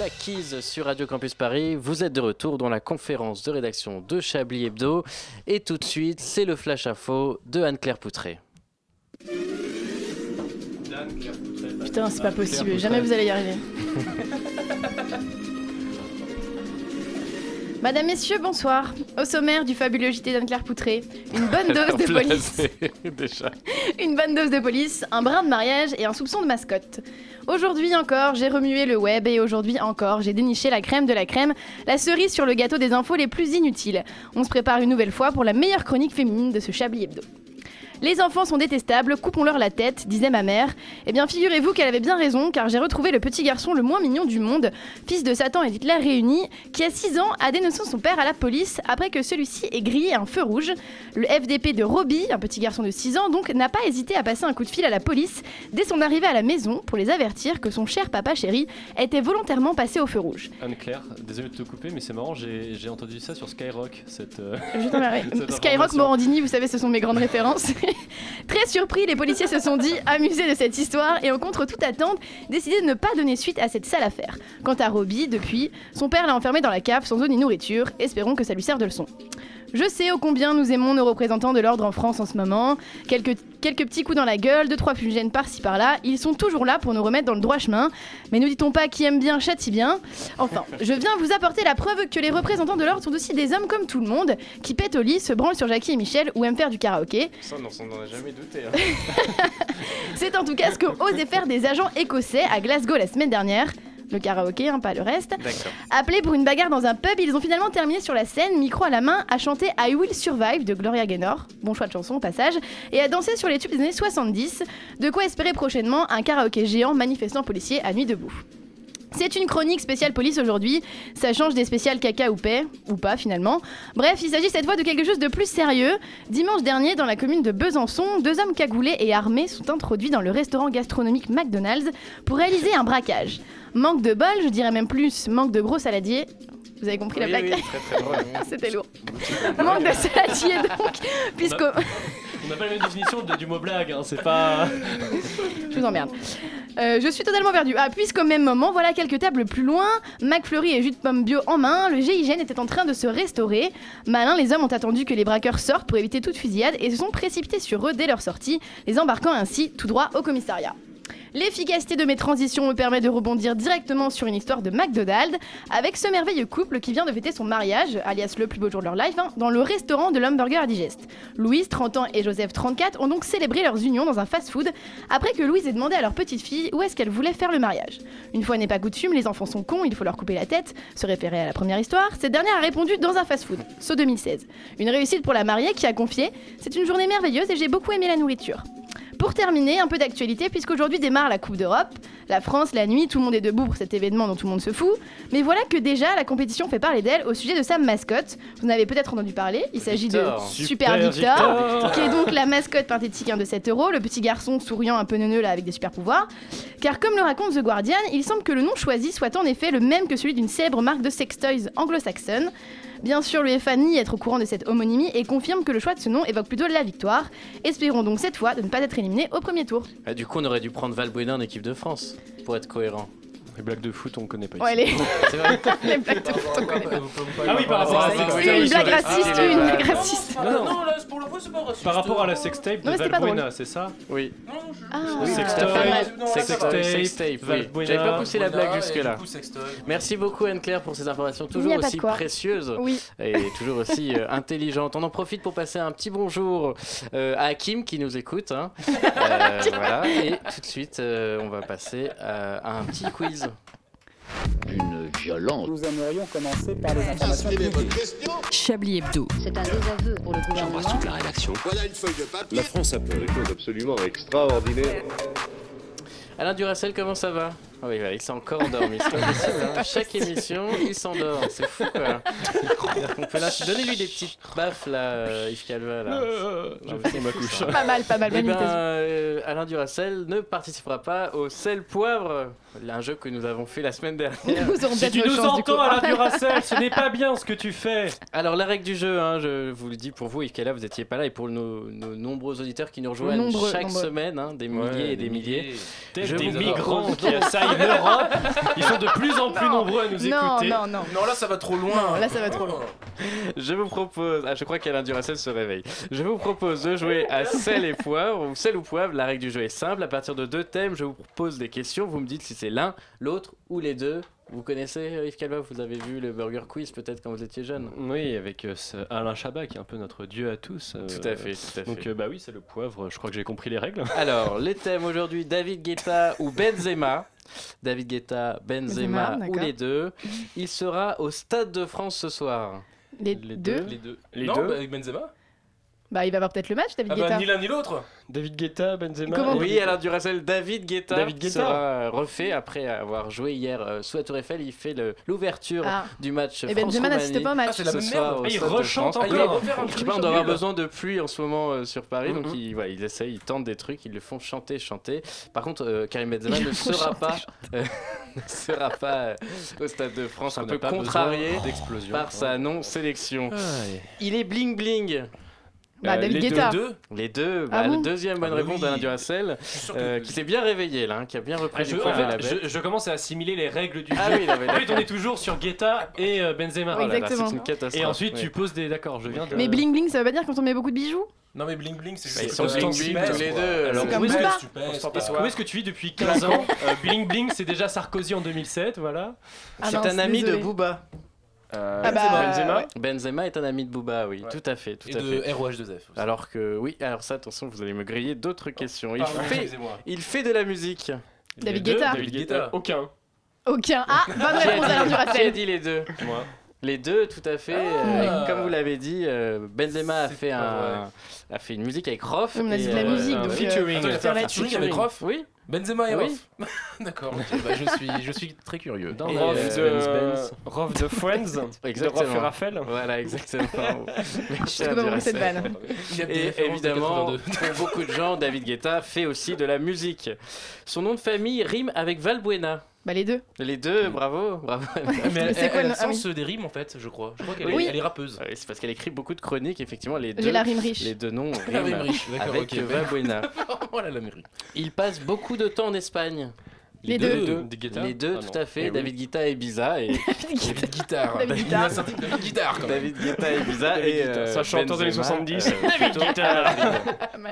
Black Keys sur Radio Campus Paris. Vous êtes de retour dans la conférence de rédaction de Chablis Hebdo. Et tout de suite, c'est le Flash Info de Anne-Claire Poutré. Putain, c'est pas possible, jamais vous allez y arriver. Madame, messieurs, bonsoir. Au sommaire du fabuleux J T d'Anne-Claire Poutré, une bonne dose de police. Déjà. Une bonne dose de police, un brin de mariage et un soupçon de mascotte. Aujourd'hui encore, j'ai remué le web et aujourd'hui encore, j'ai déniché la crème de la crème, la cerise sur le gâteau des infos les plus inutiles. On se prépare une nouvelle fois pour la meilleure chronique féminine de ce Chablis Hebdo. Les enfants sont détestables, coupons-leur la tête, disait ma mère. Eh bien, figurez-vous qu'elle avait bien raison, car j'ai retrouvé le petit garçon le moins mignon du monde, fils de Satan et d'Hitler réunis, qui à six ans a dénoncé son père à la police après que celui-ci ait grillé un feu rouge. Le F D P de Robbie, un petit garçon de six ans donc, n'a pas hésité à passer un coup de fil à la police dès son arrivée à la maison pour les avertir que son cher papa chéri était volontairement passé au feu rouge. Anne-Claire, désolé de te couper, mais c'est marrant, j'ai, j'ai entendu ça sur Skyrock. Cette, euh, Je t'en ouais. cette Skyrock, Morandini, vous savez, ce sont mes grandes références. Très surpris, les policiers se sont dit amusés de cette histoire et ont contre toute attente décidé de ne pas donner suite à cette sale affaire. Quant à Robbie, depuis, son père l'a enfermé dans la cave sans eau ni nourriture, espérons que ça lui serve de leçon. Je sais ô combien nous aimons nos représentants de l'ordre en France en ce moment. Quelques, quelques petits coups dans la gueule, deux trois fumigènes par-ci par-là, ils sont toujours là pour nous remettre dans le droit chemin. Mais nous dit-on pas qui aime bien châtie bien. Enfin, je viens vous apporter la preuve que les représentants de l'ordre sont aussi des hommes comme tout le monde, qui pètent au lit, se branlent sur Jackie et Michel ou aiment faire du karaoké. Ça, non, on n'en a jamais douté. Hein. C'est en tout cas ce que osaient faire des agents écossais à Glasgow la semaine dernière. Le karaoké, hein, pas le reste. D'accord. Appelés pour une bagarre dans un pub, ils ont finalement terminé sur la scène, micro à la main, à chanter I Will Survive de Gloria Gaynor, bon choix de chanson au passage, et à danser sur les tubes des années soixante-dix. De quoi espérer prochainement un karaoké géant manifestant policier à nuit debout. C'est une chronique spéciale police aujourd'hui, ça change des spéciales caca ou paix, ou pas finalement. Bref, il s'agit cette fois de quelque chose de plus sérieux. Dimanche dernier, dans la commune de Besançon, deux hommes cagoulés et armés sont introduits dans le restaurant gastronomique McDonald's pour réaliser un braquage. Manque de bol, je dirais même plus, manque de gros saladier. Vous avez compris Oui, la blague? oui, très, très drôle. C'était lourd. Manque de saladier donc, puisque... On n'a pas la même définition de, du mot blague, hein, c'est pas... Je vous emmerde. Euh, je suis totalement perdue. Ah, puisqu'au même moment, voilà quelques tables plus loin, McFlurry et jus de pomme bio en main, le G I G N était en train de se restaurer. Malin, les hommes ont attendu que les braqueurs sortent pour éviter toute fusillade et se sont précipités sur eux dès leur sortie, les embarquant ainsi tout droit au commissariat. L'efficacité de mes transitions me permet de rebondir directement sur une histoire de McDonald's avec ce merveilleux couple qui vient de fêter son mariage, alias le plus beau jour de leur life, hein, dans le restaurant de l'hamburger à Digest. Louise, trente ans, et Joseph, trente-quatre, ont donc célébré leurs unions dans un fast-food après que Louise ait demandé à leur petite fille où est-ce qu'elle voulait faire le mariage. Une fois n'est pas coutume, les enfants sont cons, il faut leur couper la tête, se référer à la première histoire. Cette dernière a répondu dans un fast-food, saut deux mille seize. Une réussite pour la mariée qui a confié « C'est une journée merveilleuse et j'ai beaucoup aimé la nourriture ». Pour terminer, un peu d'actualité puisqu'aujourd'hui démarre la Coupe d'Europe. La France, la nuit, tout le monde est debout pour cet événement dont tout le monde se fout. Mais voilà que déjà la compétition fait parler d'elle au sujet de sa mascotte. Vous en avez peut-être entendu parler, il s'agit de Super, Super Victor, Victor, qui est donc la mascotte pathétique hein, de sept euros, le petit garçon souriant un peu neuneux là avec des super pouvoirs. Car comme le raconte The Guardian, il semble que le nom choisi soit en effet le même que celui d'une célèbre marque de sextoys anglo-saxonne. Bien sûr, l'UEFA nie être au courant de cette homonymie et confirme que le choix de ce nom évoque plutôt la victoire. Espérons donc cette fois de ne pas être éliminé au premier tour. Ah, du coup, on aurait dû prendre Valbuena en équipe de France, pour être cohérent. Les blagues de foot, on connaît pas ouais, ici. Les... C'est vrai. Les blagues de foot, on connaît pas. Ah oui, par rapport à la sextape. Une blague raciste, une blague raciste. Non, non, là, pour le coup, c'est pas raciste. Par rapport à la sextape de Valbuena, c'est ça? Oui. Ah, sextape, sextape, oui. J'avais pas poussé la blague jusque-là. Merci beaucoup Anne-Claire pour ces informations toujours aussi précieuses et toujours aussi intelligentes. On en profite pour passer un petit bonjour à Hakim qui nous écoute. Voilà. Et tout de suite, on va passer à un petit quiz. Une violence. Nous aimerions commencer par les informations publiques. Chablis Hebdo. C'est un désaveu pour le gouvernement. J'embrasse toute la rédaction. Voilà une feuille de papier. La France a fait des choses absolument extraordinaires. Alain Duracell, comment ça va? Oh oui, voilà, il s'est encore endormi. C'est pas possible, hein. Chaque émission, il s'endort. C'est fou, quoi. On peut là, donnez-lui des petites baffes, là, euh, Yves Calva, là. Euh, J'ai fait ma couche. Pas mal, pas mal. Eh ben, euh, Alain Duracell ne participera pas au sel poivre, un jeu que nous avons fait la semaine dernière. Si tu nous entends, Alain Duracell, ce n'est pas bien ce que tu fais. Alors, la règle du jeu, hein, je vous le dis pour vous, Yves Calva, vous n'étiez pas là, et pour nos, nos nombreux auditeurs qui nous rejoignent nombreux, chaque nombreux. semaine, hein, des milliers ouais, et des milliers. milliers. Des migrants qui assaillent envahit l'Europe. Ils sont de plus en plus nombreux à nous Non, écouter. non, non. Non, là, ça va trop loin. Non, là, ça va trop loin. Je vous propose, ah, je crois qu'Alain Duracell se réveille. Je vous propose de jouer à sel et poivre ou sel ou poivre. La règle du jeu est simple. À partir de deux thèmes, je vous propose des questions. Vous me dites si c'est l'un, l'autre ou les deux. Vous connaissez euh, Yves Calva, vous avez vu le Burger Quiz peut-être quand vous étiez jeune. Oui, avec euh, ce Alain Chabat qui est un peu notre dieu à tous. euh, Tout à fait, tout à fait. Donc euh, bah oui, c'est le poivre. Je crois que j'ai compris les règles. Alors, les thèmes aujourd'hui, David Guetta ou Benzema. David Guetta, Benzema, Benzema, ou d'accord. les deux. Il sera au Stade de France ce soir. Les, Les deux. deux. Les deux. Les non, deux. bah, avec Benzema. Bah, il va avoir peut-être le match, David Ah bah, Guetta. ni l'un ni l'autre. David Guetta, Benzema. Comment- Oui, Alain Duracell, David Guetta, David Guetta. sera euh, refait après avoir joué hier euh, sous la Tour Eiffel. Il fait le- l'ouverture Ah. du match Et Benzema n'assiste pas au match. Ah, c'est la ce même soir merde. au Ah, il Stade de rechante France. Ah, il va encore. refaire un Je sais truc. pas, on doit avoir nul. besoin de pluie en ce moment euh, sur Paris, donc Mhm. ils, voilà, ils essayent, ils tentent des trucs, ils le font chanter, chanter. Par contre, euh, Karim Benzema Ils ne le font sera chanter, pas, euh, ne sera pas euh, au Stade de France, On un n'a peu pas contrarié besoin d'explosion. par sa non-sélection. Ouais. Il est bling bling. Bah, Euh, David les Guetta. Deux. Les deux, Ah bah, bon la deuxième bonne Ah bah réponse oui. d'Alain Duracell, Je suis sûr que- euh, qui s'est bien réveillé là, hein, qui a bien repris Ah, du je, poil en de la fait, bête. je, je commence à assimiler les règles du jeu. Ah oui, non, mais En fait, d'accord. on est toujours sur Guetta et euh, Benzema. Oui, Oh là là, exactement. c'est une catastrophe. Et ensuite, Oui. tu poses des. D'accord, je viens de. Mais bling bling, ça veut pas dire quand on met beaucoup de bijoux? Non, mais bling bling, c'est Bah, ils juste. sont euh, bling tu bling pèses, tous les quoi. deux. Alors, C'est comme où est-ce Booba. que, Tu pèses, On s'en quoi. passe où est-ce que tu vis depuis quinze ans euh, Bling Bling, c'est déjà Sarkozy en deux mille sept, voilà. Ah C'est mince, un ami désolé. de Booba. Euh, Ah bah, Benzema. ouais. Benzema est un ami de Booba, oui, Ouais. tout à fait, tout Et à de fait. R O H deux F. aussi. Alors que, oui, alors ça, attention, vous allez me griller d'autres questions. Il Pardon, fait, excusez-moi. il fait de la musique. David Les deux, Guetta. David Guetta. Aucun. Aucun. Ah, bonne Qui a réponse dit- Alain Qui a Duracell. dit les deux? Moi. Les deux, tout à fait. Ah. Euh, comme vous l'avez dit, euh, Benzema a C'est fait, pas un, a fait une musique avec Rof. On a dit et, de la euh, musique, un donc. featuring. Attends, il a fait un featuring avec Rof. Oui. Benzema et Oui. Rof. D'accord, ok, bah, je, suis, je suis très curieux. Dans Et, le Rof euh, de, Benz, Benz. Rof de Friends. De Rof Exactement. et Raphaël. Voilà, exactement. Je peux pas compris cette vanne. Il y a des Et références de évidemment, quatre-vingt-deux. pour beaucoup de gens, David Guetta fait aussi de la musique. Son nom de famille rime avec Valbuena. Bah, les deux. Les deux, bravo, bravo. Ah, mais Mais elle, c'est elle, quoi elle le- a ah le oui. sens des rimes en fait, je crois. Je crois qu'elle Oui. est, elle est rappeuse. Ouais, c'est parce qu'elle écrit beaucoup de chroniques, effectivement, les deux. J'ai la rime riche. Les deux noms La riment rime riche, d'accord, avec ok. Valbuena. Oh là la mairie. Il passe beaucoup de temps en Espagne. Les deux. deux. Des Guetta. Les deux, Ah, tout non. à fait. Eh oui. David Guetta et Ibiza. Et David Guitare. David Il Guitare. a sorti David Guitare quand même. David Guetta et Ibiza. David et Guetta. euh, Ça chante dans les Benzema, soixante-dix. euh, David plutôt Guetta. à la rime.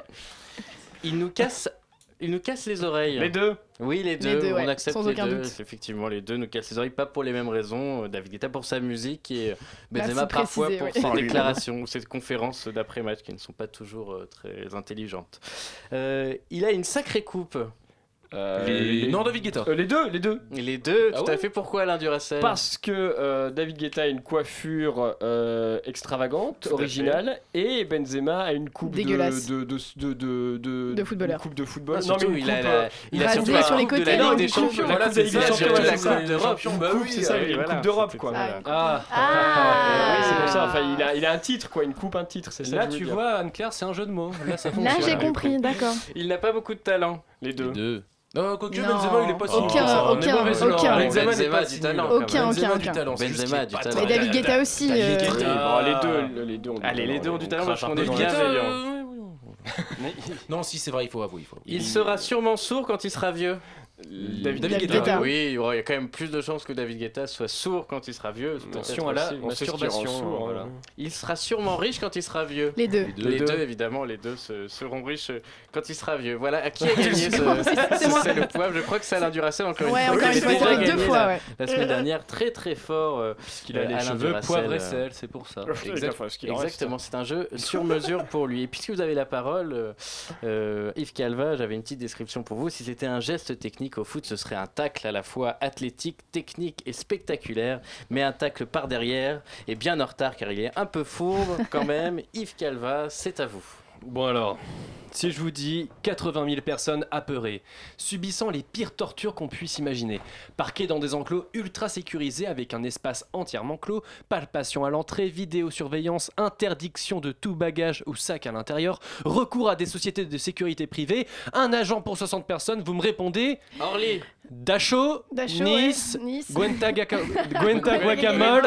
Il nous casse. Il nous casse les oreilles. Les deux. Oui, les deux, deux, ouais, on accepte sans les aucun deux. doute. Effectivement, les deux nous cassent les oreilles, pas pour les mêmes raisons. David Guetta pour sa musique et Benzema Merci de parfois préciser, pour ouais. ses Oh, lui, déclarations ou ses conférences d'après-match qui ne sont pas toujours euh, très intelligentes. Euh, il a une sacrée coupe. Euh, Les- Non, David Guetta. Euh, les deux, les deux. Et les deux, Ah tout ouais à fait. Pourquoi Alain Duracell? Parce que euh, David Guetta a une coiffure euh, extravagante, Tout à originale, et Benzema a une coupe Dégueulasse. de de de de de, De footballeur. une coupe de football. Non, surtout, mais une il a, coupe, la- euh, il a rasé surtout la sur les coupe de côtés, la non, Ligue des une coupe. Champions. Voilà, La c'est coupe ça, de la c'est Ligue la des coupe Champions. d'Europe. Champions, bah oui, c'est ça, oui, une voilà, coupe d'Europe c'est quoi. ça. Voilà. Ah, Ah. Oui, c'est pour ça. Enfin, il a il a un titre quoi, une coupe, un titre, c'est ça. Là, que je veux tu dire. vois, Anne-Claire, c'est un jeu de mots. Là, ça Là, fonctionne. j'ai compris, d'accord. Il n'a pas beaucoup de talent. Les deux. Deux. Non, quoique Non. Benzema, il est pas si Aucun, nul que ça. On est aucun, mauvais selon- aucun. Benzema n'est Benzema pas a si du nul. talent. Aucun, quand même. Benzema aucun, a du aucun. talent. c'est juste Benzema a qu'il est du pas talent. Mais David Guetta aussi. David euh, Guetta. Oui, bon, les deux, le- les deux. ont du Allez, talent. les deux ont du talent, crache parce un qu'on peu est dans Guetta, bienveillant. euh, oui, oui. Non, si c'est vrai, il faut avouer. Il faut avouer. Il sera sûrement sourd quand il sera vieux. David David Guetta. Guetta. Oui, il y aura il y a quand même plus de chances que David Guetta soit sourd quand il sera vieux. Attention à Peut-être la aussi. On sait ce qui rend masturbation. sourd, voilà. hein. Il sera sûrement riche quand il sera vieux. Les deux. Les deux, évidemment, les deux se- seront riches euh, quand il sera vieux. Voilà, à qui a gagné ce, C'est moi. c'est le poivre. Je crois que c'est Alain Duracell encore Ouais, une fois. encore Il une fois, avait ça fait déjà deux gagné fois, la, ouais. la semaine dernière, très très fort. euh, Puisqu'il a euh, les Alain cheveux Duracell, poivre et euh, sel, c'est pour ça. Exact- Enfin, ce qu'il en reste. Exactement, c'est un jeu sur mesure pour lui. Et puisque vous avez la parole, euh, euh, Yves Calva, j'avais une petite description pour vous. Si c'était un geste technique au foot, ce serait un tacle à la fois athlétique, technique et spectaculaire, mais un tacle par derrière et bien en retard car il est un peu fourbe quand même. Yves Calva, c'est à vous. Bon alors, si je vous dis quatre-vingt mille personnes apeurées, subissant les pires tortures qu'on puisse imaginer, parquées dans des enclos ultra sécurisés avec un espace entièrement clos, palpation à l'entrée, vidéosurveillance, interdiction de tout bagage ou sac à l'intérieur, recours à des sociétés de sécurité privée, un agent pour soixante personnes, vous me répondez Orly, Dachau, Dachau, Nice, ouais, Nice. Gwenta Gaka- Gwenta Guacamole.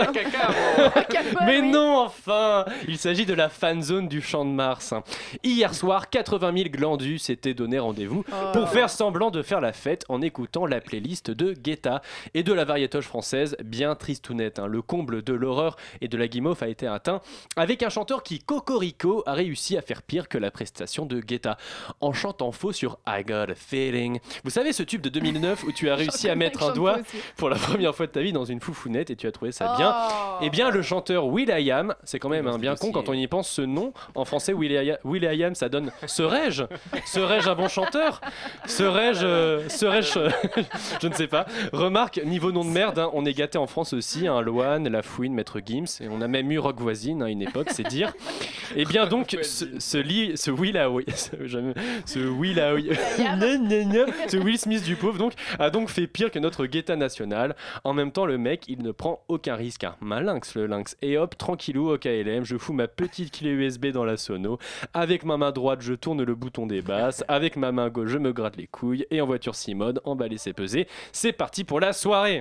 Mais non, enfin, il s'agit de la fan zone du Champ de Mars. Hier soir, quatre-vingt quatre-vingt mille glandus s'étaient donné rendez-vous Oh. pour faire semblant de faire la fête en écoutant la playlist de Guetta et de la variétoche française bien tristounette. Hein. Le comble de l'horreur et de la guimauve a été atteint avec un chanteur qui, Cocorico, a réussi à faire pire que la prestation de Guetta en chantant faux sur I Got a Feeling. Vous savez ce tube de deux mille neuf où tu as réussi à mettre un doigt pour la première fois de ta vie dans une foufounette et tu as trouvé ça bien. Oh. Eh bien le chanteur will.i.am, c'est quand même un bien con quand on y pense, ce nom en français will.i.am, will.i.am ça donne serais-je serais-je un bon chanteur serais-je euh, serais-je euh, je ne sais pas. Remarque, niveau nom de merde, hein, on est gâté en France aussi, hein, Loane, Lafouine, Maître Gims, et on a même eu Rock Voisine à hein, une époque, c'est dire. Et bien donc, ce, ce, li, ce Will, ah, oui, ce, ce Will, ah, oui, ce Will Smith du pauvre donc a donc fait pire que notre Guetta national. En même temps, le mec, il ne prend aucun risque. Hein. Ma lynx, le lynx. Et hop, tranquillou au K L M, je fous ma petite clé U S B dans la sono. Avec ma main droite, je tourne le bouton des basses. Avec ma main gauche, je me gratte les couilles. Et en voiture six mode, emballé c'est pesé. C'est parti pour la soirée.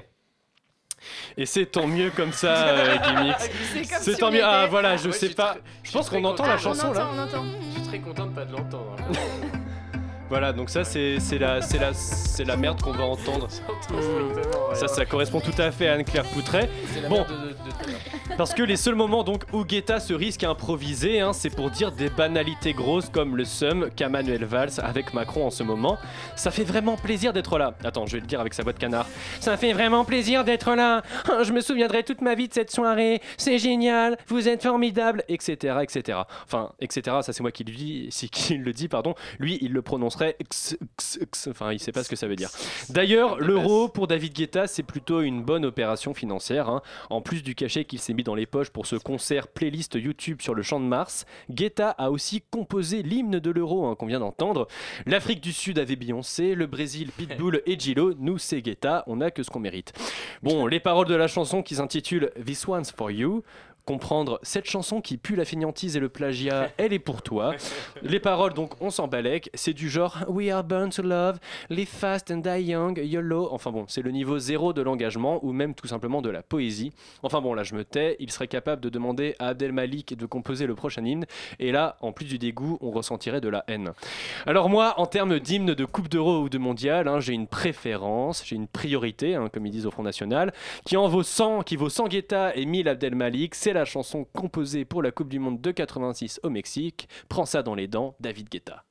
Et c'est tant mieux comme ça, euh, Gimmicks. C'est comme C'est si tant on mieux. était- Ah voilà, je Ouais, sais je pas. suis très- Je pense je suis qu'on très entend content. la On chanson entend, là. on entend. Je suis très content de pas de l'entendre. Voilà, donc ça c'est c'est la c'est la c'est la merde qu'on va entendre. Ça ça correspond tout à fait à Anne-Claire Poutret. Bon, parce que les seuls moments donc où Guetta se risque à improviser, hein, c'est pour dire des banalités grosses comme le seum qu'a Manuel Valls avec Macron en ce moment. Ça fait vraiment plaisir d'être là. Attends, je vais le dire avec sa voix de canard. Ça fait vraiment plaisir d'être là. Je me souviendrai toute ma vie de cette soirée. C'est génial. Vous êtes formidable, et cetera, et cetera. Enfin, et cetera. Ça c'est moi qui le dis, c'est qui le dit, pardon. Lui, il le prononcerait x, x, x. Enfin, il sait pas ce que ça veut dire. D'ailleurs, l'euro pour David Guetta, c'est plutôt une bonne opération financière. Hein. En plus du cachet qu'il s'est mis dans les poches pour ce concert playlist YouTube sur le Champ de Mars, Guetta a aussi composé l'hymne de l'euro hein, qu'on vient d'entendre. L'Afrique du Sud avait Beyoncé, le Brésil Pitbull et J-Lo. Nous, c'est Guetta. On a que ce qu'on mérite. Bon, les paroles de la chanson qui s'intitule This One's for You. Comprendre cette chanson qui pue la fainéantise et le plagiat, elle est pour toi. Les paroles, donc, on s'en balèque. C'est du genre We are born to love, live fast and die young, YOLO. Enfin bon, c'est le niveau zéro de l'engagement ou même tout simplement de la poésie. Enfin bon, là je me tais. Il serait capable de demander à Abdel Malik de composer le prochain hymne. Et là, en plus du dégoût, on ressentirait de la haine. Alors moi, en termes d'hymne de Coupe d'Euro ou de Mondial, hein, j'ai une préférence, j'ai une priorité, hein, comme ils disent au Front National, qui en vaut cent, qui vaut cent Guetta et mille Abdel Malik. C'est la chanson composée pour la Coupe du Monde de quatre-vingt-six au Mexique. Prends ça dans les dents, David Guetta.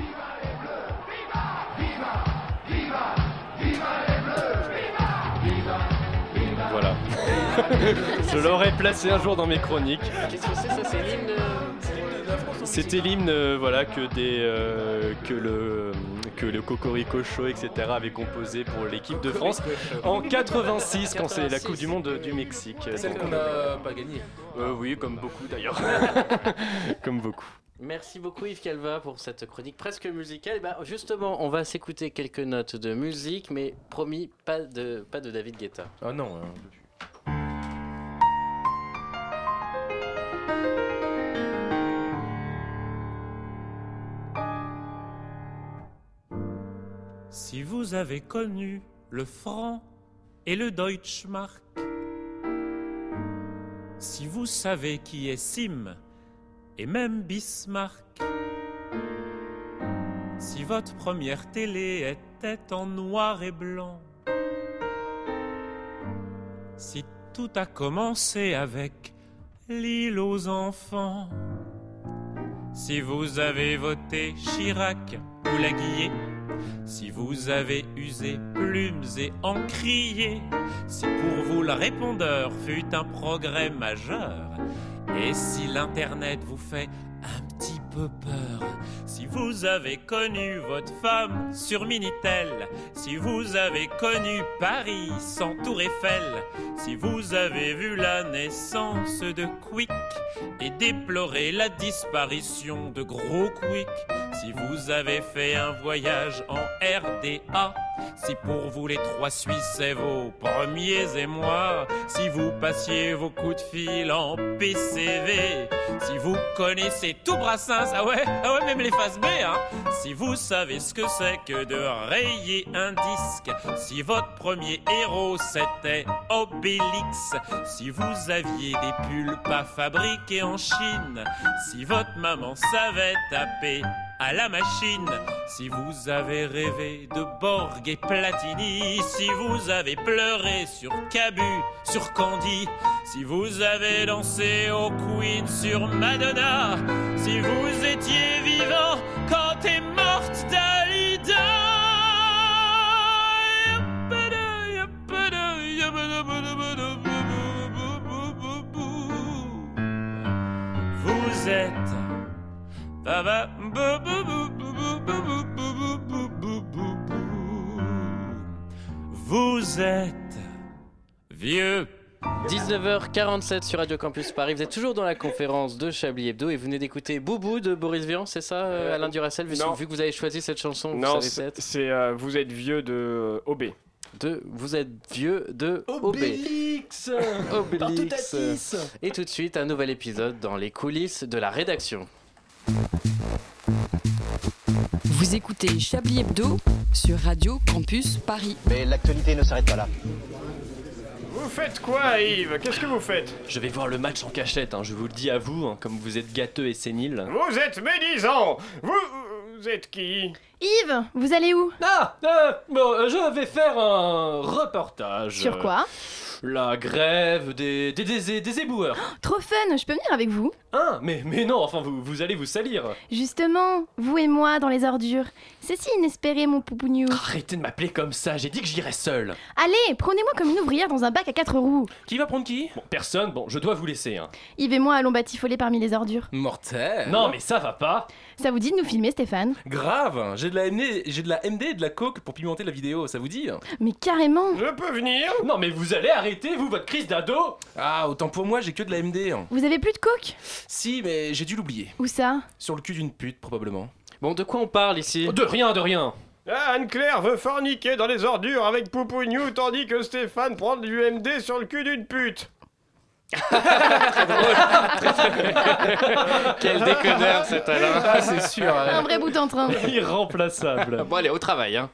Voilà. Je l'aurais placé un jour dans mes chroniques. Qu'est-ce que c'est ça? C'est l'hymne. C'était l'hymne, euh, voilà, que des, euh, que le, que le Cocorico Show, et cetera avait composé pour l'équipe de France en quatre-vingt-six, quand c'est la Coupe du Monde du Mexique. Celle Donc, qu'on n'a pas gagnée. euh, oui, comme beaucoup d'ailleurs. Comme beaucoup. Merci beaucoup Yves Calva pour cette chronique presque musicale. Et bah, justement, on va s'écouter quelques notes de musique, mais promis, pas de, pas de David Guetta. Ah non. Hein. Si vous avez connu le franc et le Deutschmark, si vous savez qui est Sim et même Bismarck, si votre première télé était en noir et blanc, si tout a commencé avec l'île aux enfants, si vous avez voté Chirac ou Laguiller, si vous avez usé plumes et encrier, si pour vous le répondeur fut un progrès majeur, et si l'internet vous fait un petit peu peur, si vous avez connu votre femme sur Minitel, si vous avez connu Paris sans Tour Eiffel, si vous avez vu la naissance de Quick et déploré la disparition de Gros Quick, si vous avez fait un voyage en R D A, si pour vous les trois Suisses c'est vos premiers émois, si vous passiez vos coups de fil en P C V, si vous connaissez tout Brassens, ah ouais, ah ouais, même les faces B, hein, si vous savez ce que c'est que de rayer un disque, si votre premier héros c'était Obélix, si vous aviez des pulls pas fabriqués en Chine, si votre maman savait taper à la machine. Si vous avez rêvé de Borg et Platini, si vous avez pleuré sur Cabu, sur Candy, si vous avez dansé au Queen sur Madonna, si vous étiez vivant quand est morte Dalida, vous êtes vous êtes vieux. dix-neuf heures quarante-sept sur Radio Campus Paris. Vous êtes toujours dans la conférence de Chablis Hebdo et vous venez d'écouter Boubou de Boris Vian, c'est ça, euh, Alain Duracell, vu, vu que vous avez choisi cette chanson. Non, vous savez c'est, c'est euh, Vous êtes vieux de euh, O B. De Vous êtes vieux de Obélix. Obélix. Et tout de suite, un nouvel épisode dans les coulisses de la rédaction. Vous écoutez Chablis Hebdo sur Radio Campus Paris. Mais l'actualité ne s'arrête pas là. Vous faites quoi, Yves? Qu'est-ce que vous faites? Je vais voir le match en cachette, hein, je vous le dis à vous, hein, comme vous êtes gâteux et sénile. Vous êtes médisant. Vous, vous êtes qui? Yves, vous allez où? Ah euh, Bon, euh, je vais faire un reportage. Sur quoi? La grève des, des, des, des éboueurs. Oh, trop fun, je peux venir avec vous? Hein mais, mais non, enfin, vous, vous allez vous salir. Justement, vous et moi dans les ordures. C'est si inespéré, mon poupougnou. Arrêtez de m'appeler comme ça, j'ai dit que j'irais seul. Allez, prenez-moi comme une ouvrière dans un bac à quatre roues. Qui va prendre qui? Bon, personne, bon, je dois vous laisser. Hein. Yves et moi allons batifoler parmi les ordures. Mortel. Non, mais ça va pas. Ça vous dit de nous filmer, Stéphane? Grave, j'ai de la M D, j'ai de la M D et de la coke pour pimenter la vidéo, ça vous dit? Mais carrément. Je peux venir? Non, mais vous allez arrêter, vous, votre crise d'ado. Ah, autant pour moi, j'ai que de la M D. Vous avez plus de coke? Si, mais j'ai dû l'oublier. Où ça? Sur le cul d'une pute, probablement. Bon, de quoi on parle ici? De rien, de rien. Ah, Anne-Claire veut forniquer dans les ordures avec Poupougnou tandis que Stéphane prend du M D sur le cul d'une pute. Très drôle. Quel déconneur cet Alain. Ah, c'est sûr. Un vrai bout en train. Irremplaçable. Bon, allez, au travail, hein.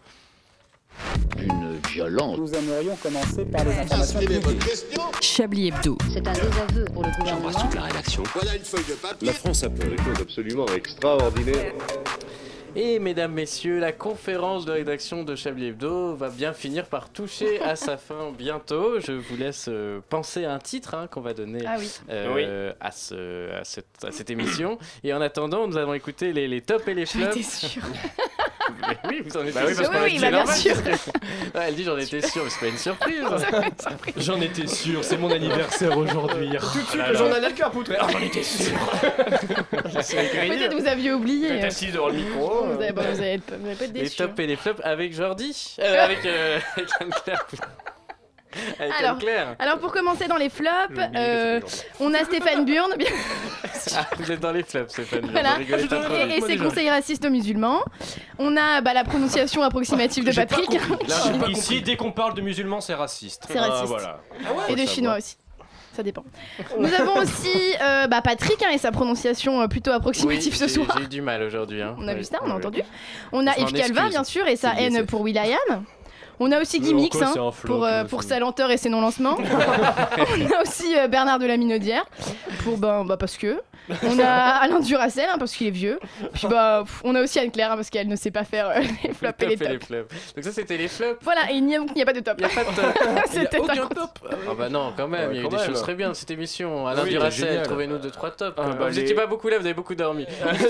Une violence. Nous aimerions commencer par les informations publiques. Chablis Hebdo. C'est un désaveu pour le gouvernement. J'embrasse toute la rédaction. Voilà une feuille de papier. La France a fait des choses absolument extraordinaires. Et mesdames, messieurs, la conférence de rédaction de Chablis Hebdo va bien finir par toucher à sa fin bientôt. Je vous laisse euh, penser à un titre hein, qu'on va donner ah oui. Euh, oui. À, ce, à, cette, à cette émission. Et en attendant, nous allons écouter les, les tops et les flops. J'étais sûre. Mais oui, vous en étiez bah oui, parce qu'on oui, oui, bah bien sûr. Ouais, elle dit j'en étais sûre, mais c'est pas une surprise. J'en étais sûr, c'est mon anniversaire aujourd'hui. Tout de suite, le journal a le cœur poutré. Ah, j'en étais sûr. Peut-être vous aviez oublié. Vous êtes assise devant le micro. Vous avez, bon, vous avez, vous avez pas être déçus. Les tops et les flops avec Jordi. Euh, avec euh, avec Anne-Claire. Avec alors, Anne-Claire. alors pour commencer dans les flops, euh, on a Stéphane Burn. Ah, vous êtes dans les flops, Stéphane Burn. Voilà. Et, et ses conseils racistes aux musulmans. On a bah, la prononciation approximative de Patrick. Là, ici, dès qu'on parle de musulmans, c'est raciste. C'est raciste. Ah, voilà. Ah ouais, et de chinois aussi. Ça dépend. Nous avons aussi euh, bah, Patrick hein, et sa prononciation euh, plutôt approximative oui, ce soir. J'ai eu du mal aujourd'hui. Hein. On a oui, vu ça, on oui, a oui. entendu. On a Yves Calvin, bien sûr, et sa lié, haine c'est... pour Will.i.am. On a aussi Gimmicks hein, pour, euh, pour sa lenteur et ses non-lancements. On a aussi euh, Bernard de la Minaudière pour ben bah parce que. On a Alain Duracell hein, parce qu'il est vieux. Puis bah pff, on a aussi Anne-Claire hein, parce qu'elle ne sait pas faire euh, les flops et les tops. les flops. Donc ça c'était les flops. Voilà, et il n'y a, il n'y a pas de top. Il n'y a pas de top. C'était aucun un... top. Ah bah non, quand même, ouais, il y a eu des même. choses très bien dans cette émission. Alain Oui, Duracell, trouvez-nous deux trois tops. Ah, bah, bah, vous les... étiez pas beaucoup là, vous avez beaucoup dormi.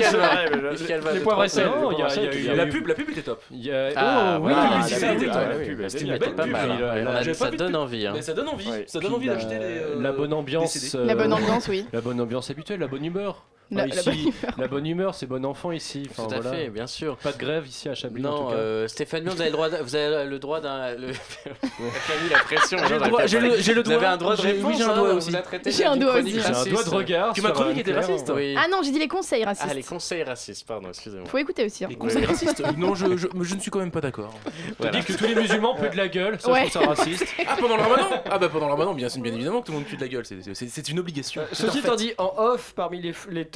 Les poivres et sel. La pub, la pub était top. Ah, oui, voilà, publicité la était pub, top. la pub, la pub était pas mal. hein. Ça donne envie. hein. Mais ça donne envie. Ça donne envie d'acheter des. La bonne ambiance. La bonne ambiance, oui. La bonne ambiance habituelle, la bonne humeur. La, Enfin, la, ici, bonne humeur. la bonne humeur, c'est bon enfant ici. Enfin, Tout à voilà. fait, bien sûr. Pas de grève ici à Chablis en Non, tout cas. euh, Stéphane Burn, vous avez le droit, de, vous avez le droit d'un. Le... T'as mis la pression. J'ai le droit. J'ai le, j'ai le Vous doigt. avez un droit de J'ai- réponse. Oui, j'ai un doigt hein, aussi. vous a traité J'ai un d'une doigt chronique aussi. J'ai un raciste. doigt de regard. Tu m'as sur chronique qui était Anne-Claire. raciste. Oui. Ah non, j'ai dit les conseils racistes. Ah, les conseils racistes, pardon, excusez-moi. Faut écouter aussi. Hein. Les conseils racistes. Non, je, je, je ne suis quand même pas d'accord. T'as dit que tous les musulmans puent de la gueule, ça Ouais. je trouve ça raciste. Ah, pendant le ramadan. Ah bah pendant le ramadan, bien, bien évidemment que tout le monde pue de la gueule. C'est, c'est, c'est une obligation. Ceci étant dit, en off, parmi les, les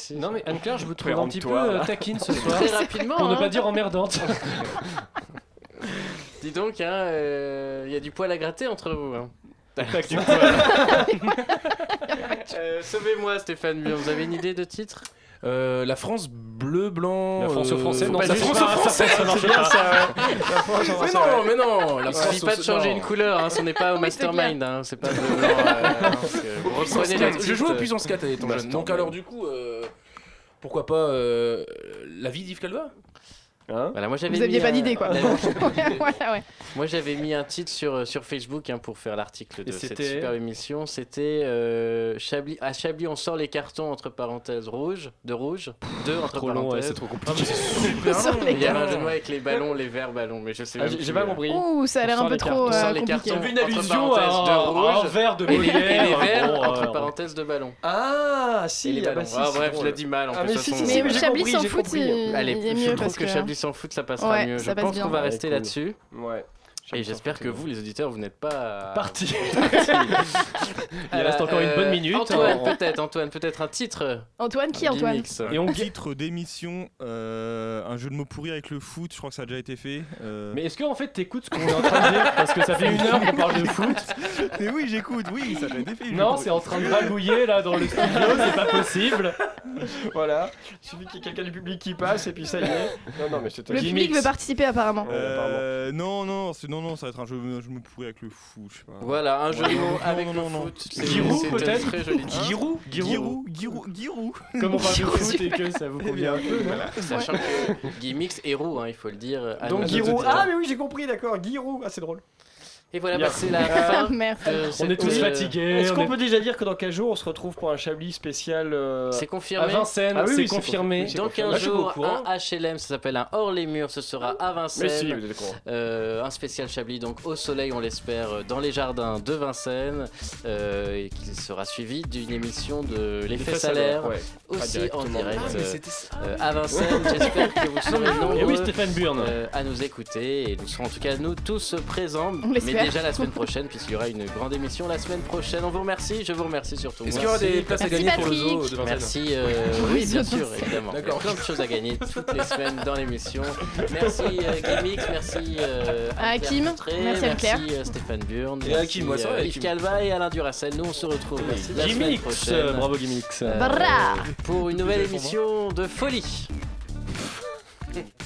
si. Non mais Anne-Claire, je vous trouve un Péremptoire, petit peu euh, là. taquine ce soir. Très rapidement, Pour ne hein. pas dire emmerdante. Dis donc, il hein, euh, y a du poil à gratter entre vous. Hein. Pas que du poil. Euh, Sauvez-moi Stéphane Burn, vous avez une idée de titre? Euh, la France bleu, blanc. La France euh, aux Français, non, pas la juste France pas- aux Français, ça marche bien, pas. ça, ouais. La France aux Mais Français, non, ouais. mais non, la Il France suffit pas aux- de changer non. une couleur, hein, ce n'est pas au Oui, c'est mastermind, hein, c'est pas bleu, blanc. euh, non, parce que vous reprenez la Je petite, joue à euh, puissance quatre étant jeune. Donc alors du coup, euh, pourquoi pas euh, la vie d'Yves Calva? Hein Voilà, moi j'avais Vous aviez mis pas un- d'idée quoi. Ouais, Voilà, ouais. Moi j'avais mis un titre sur, sur Facebook hein, pour faire l'article de Et cette c'était super émission. C'était euh, Chablis, à Chablis on sort les cartons entre parenthèses rouge, de rouge, deux entre Trop long, ouais, parenthèses. c'est trop compliqué. Super Sur long. les Il y avait un cartons. jeu de mots avec les ballons, les verts ballons, mais je sais Ah, même j'ai- plus, j'ai pas euh, compris. Ouh, ça a l'air On un sort peu les trop cartons. On sort euh, les compliqué. cartons J'ai vu une entre allusion à parenthèses de un, rouge un verre de et les, et les Molière. verts Bon, entre euh, parenthèses de ballons. Ah, Et si, les ah, ballons. bah, si, Ah, c'est bref, je drôle. l'ai dit mal en Ah, plus. mais de si, toute si, façon. si, Mais j'ai Chablis compris, sans j'ai foot, compris. il Allez, il est je mieux trouve parce que que. Chablis sans foot ça passera Ouais, mieux. ça Je passe pense bien. qu'on va Ouais, rester cool. là-dessus. Ouais. Et j'espère que vous, les auditeurs, vous n'êtes pas Parti. Il Alors, reste encore une bonne euh, minute. Antoine, On- peut-être, Antoine, peut-être un titre. Antoine, qui Antoine? Gimmicks. Et on Titre d'émission, euh, un jeu de mots pourri avec le foot, je crois que ça a déjà été fait. euh. Mais est-ce que en fait t'écoutes ce qu'on est en train de dire? Parce que ça fait une heure qu'on parle de foot. Mais oui, j'écoute, oui, ça a déjà été fait. Non, je- c'est en train de magouiller là dans le studio, c'est pas possible. Voilà, il suffit qu'il y ait quelqu'un du public qui passe et puis ça y est. Non, non, mais c'est Le public veut participer apparemment. Euh, non, non, c'est- non, non, ça va être un jeu, un jeu de mots pourri avec le foot, je sais pas. Voilà, un jeu de Ouais, mots non, avec non, le non, non. foot. C'est- Giroud, c'est un peut-être très joli titre. Giroud Giroud, Giroud, Giroud. Comme on parle de Giroud, foot et que ça vous convient un peu, non? Sachant que Gimmicks est roux, hein, il faut le dire. à Donc nos Giroud. auditeurs. Ah, mais oui, j'ai compris, d'accord. Giroud. Ah, c'est drôle. Et voilà, Bien. bah, c'est la fin. Merci. de On cette, est tous euh, fatigués. Est-ce on qu'on est- peut déjà dire que dans quinze jours on se retrouve pour un Chablis spécial euh, C'est À confirmé. Vincennes, Ah oui, c'est oui, c'est confirmé. confirmé. c'est Dans confirmé. quinze Ah, je suis pas au jours, courant. un H L M, ça s'appelle un Hors les murs, ce sera à Mais si, Vincennes. vous êtes au courant. Euh, un spécial Chablis, donc au soleil, on l'espère, euh, dans les jardins de Vincennes, euh, et qui sera suivi d'une émission de l'effet salaire, ouais. Pas aussi en directement. direct Ah, mais euh, euh, à Vincennes. J'espère que vous serez Et nombreux oui, Stéphane Burn. euh, à nous écouter, et nous serons en tout cas nous tous présents, On mais l'espère. déjà la semaine prochaine, puisqu'il y aura une grande émission la semaine prochaine. On vous remercie, je vous remercie surtout. Est-ce qu'il y aura Merci. des places à Merci, gagner pour le Patrick. zoo de Vincennes? Merci, euh, oui bien sûr, évidemment. D'accord. Il y a plein de choses à gagner toutes les semaines dans l'émission. Merci euh, Gimmicks, merci euh, À Anne-Claire Hakim, Poutré, merci Anne-Claire. merci euh, Stéphane Burn, Et merci Hakim, ouais, ça va, euh, Yves Hakim. Calva et Alain Duracell. Nous on se retrouve la semaine Gimmicks, prochaine euh, bravo Gimmicks. euh, Bra. pour une nouvelle émission de folie.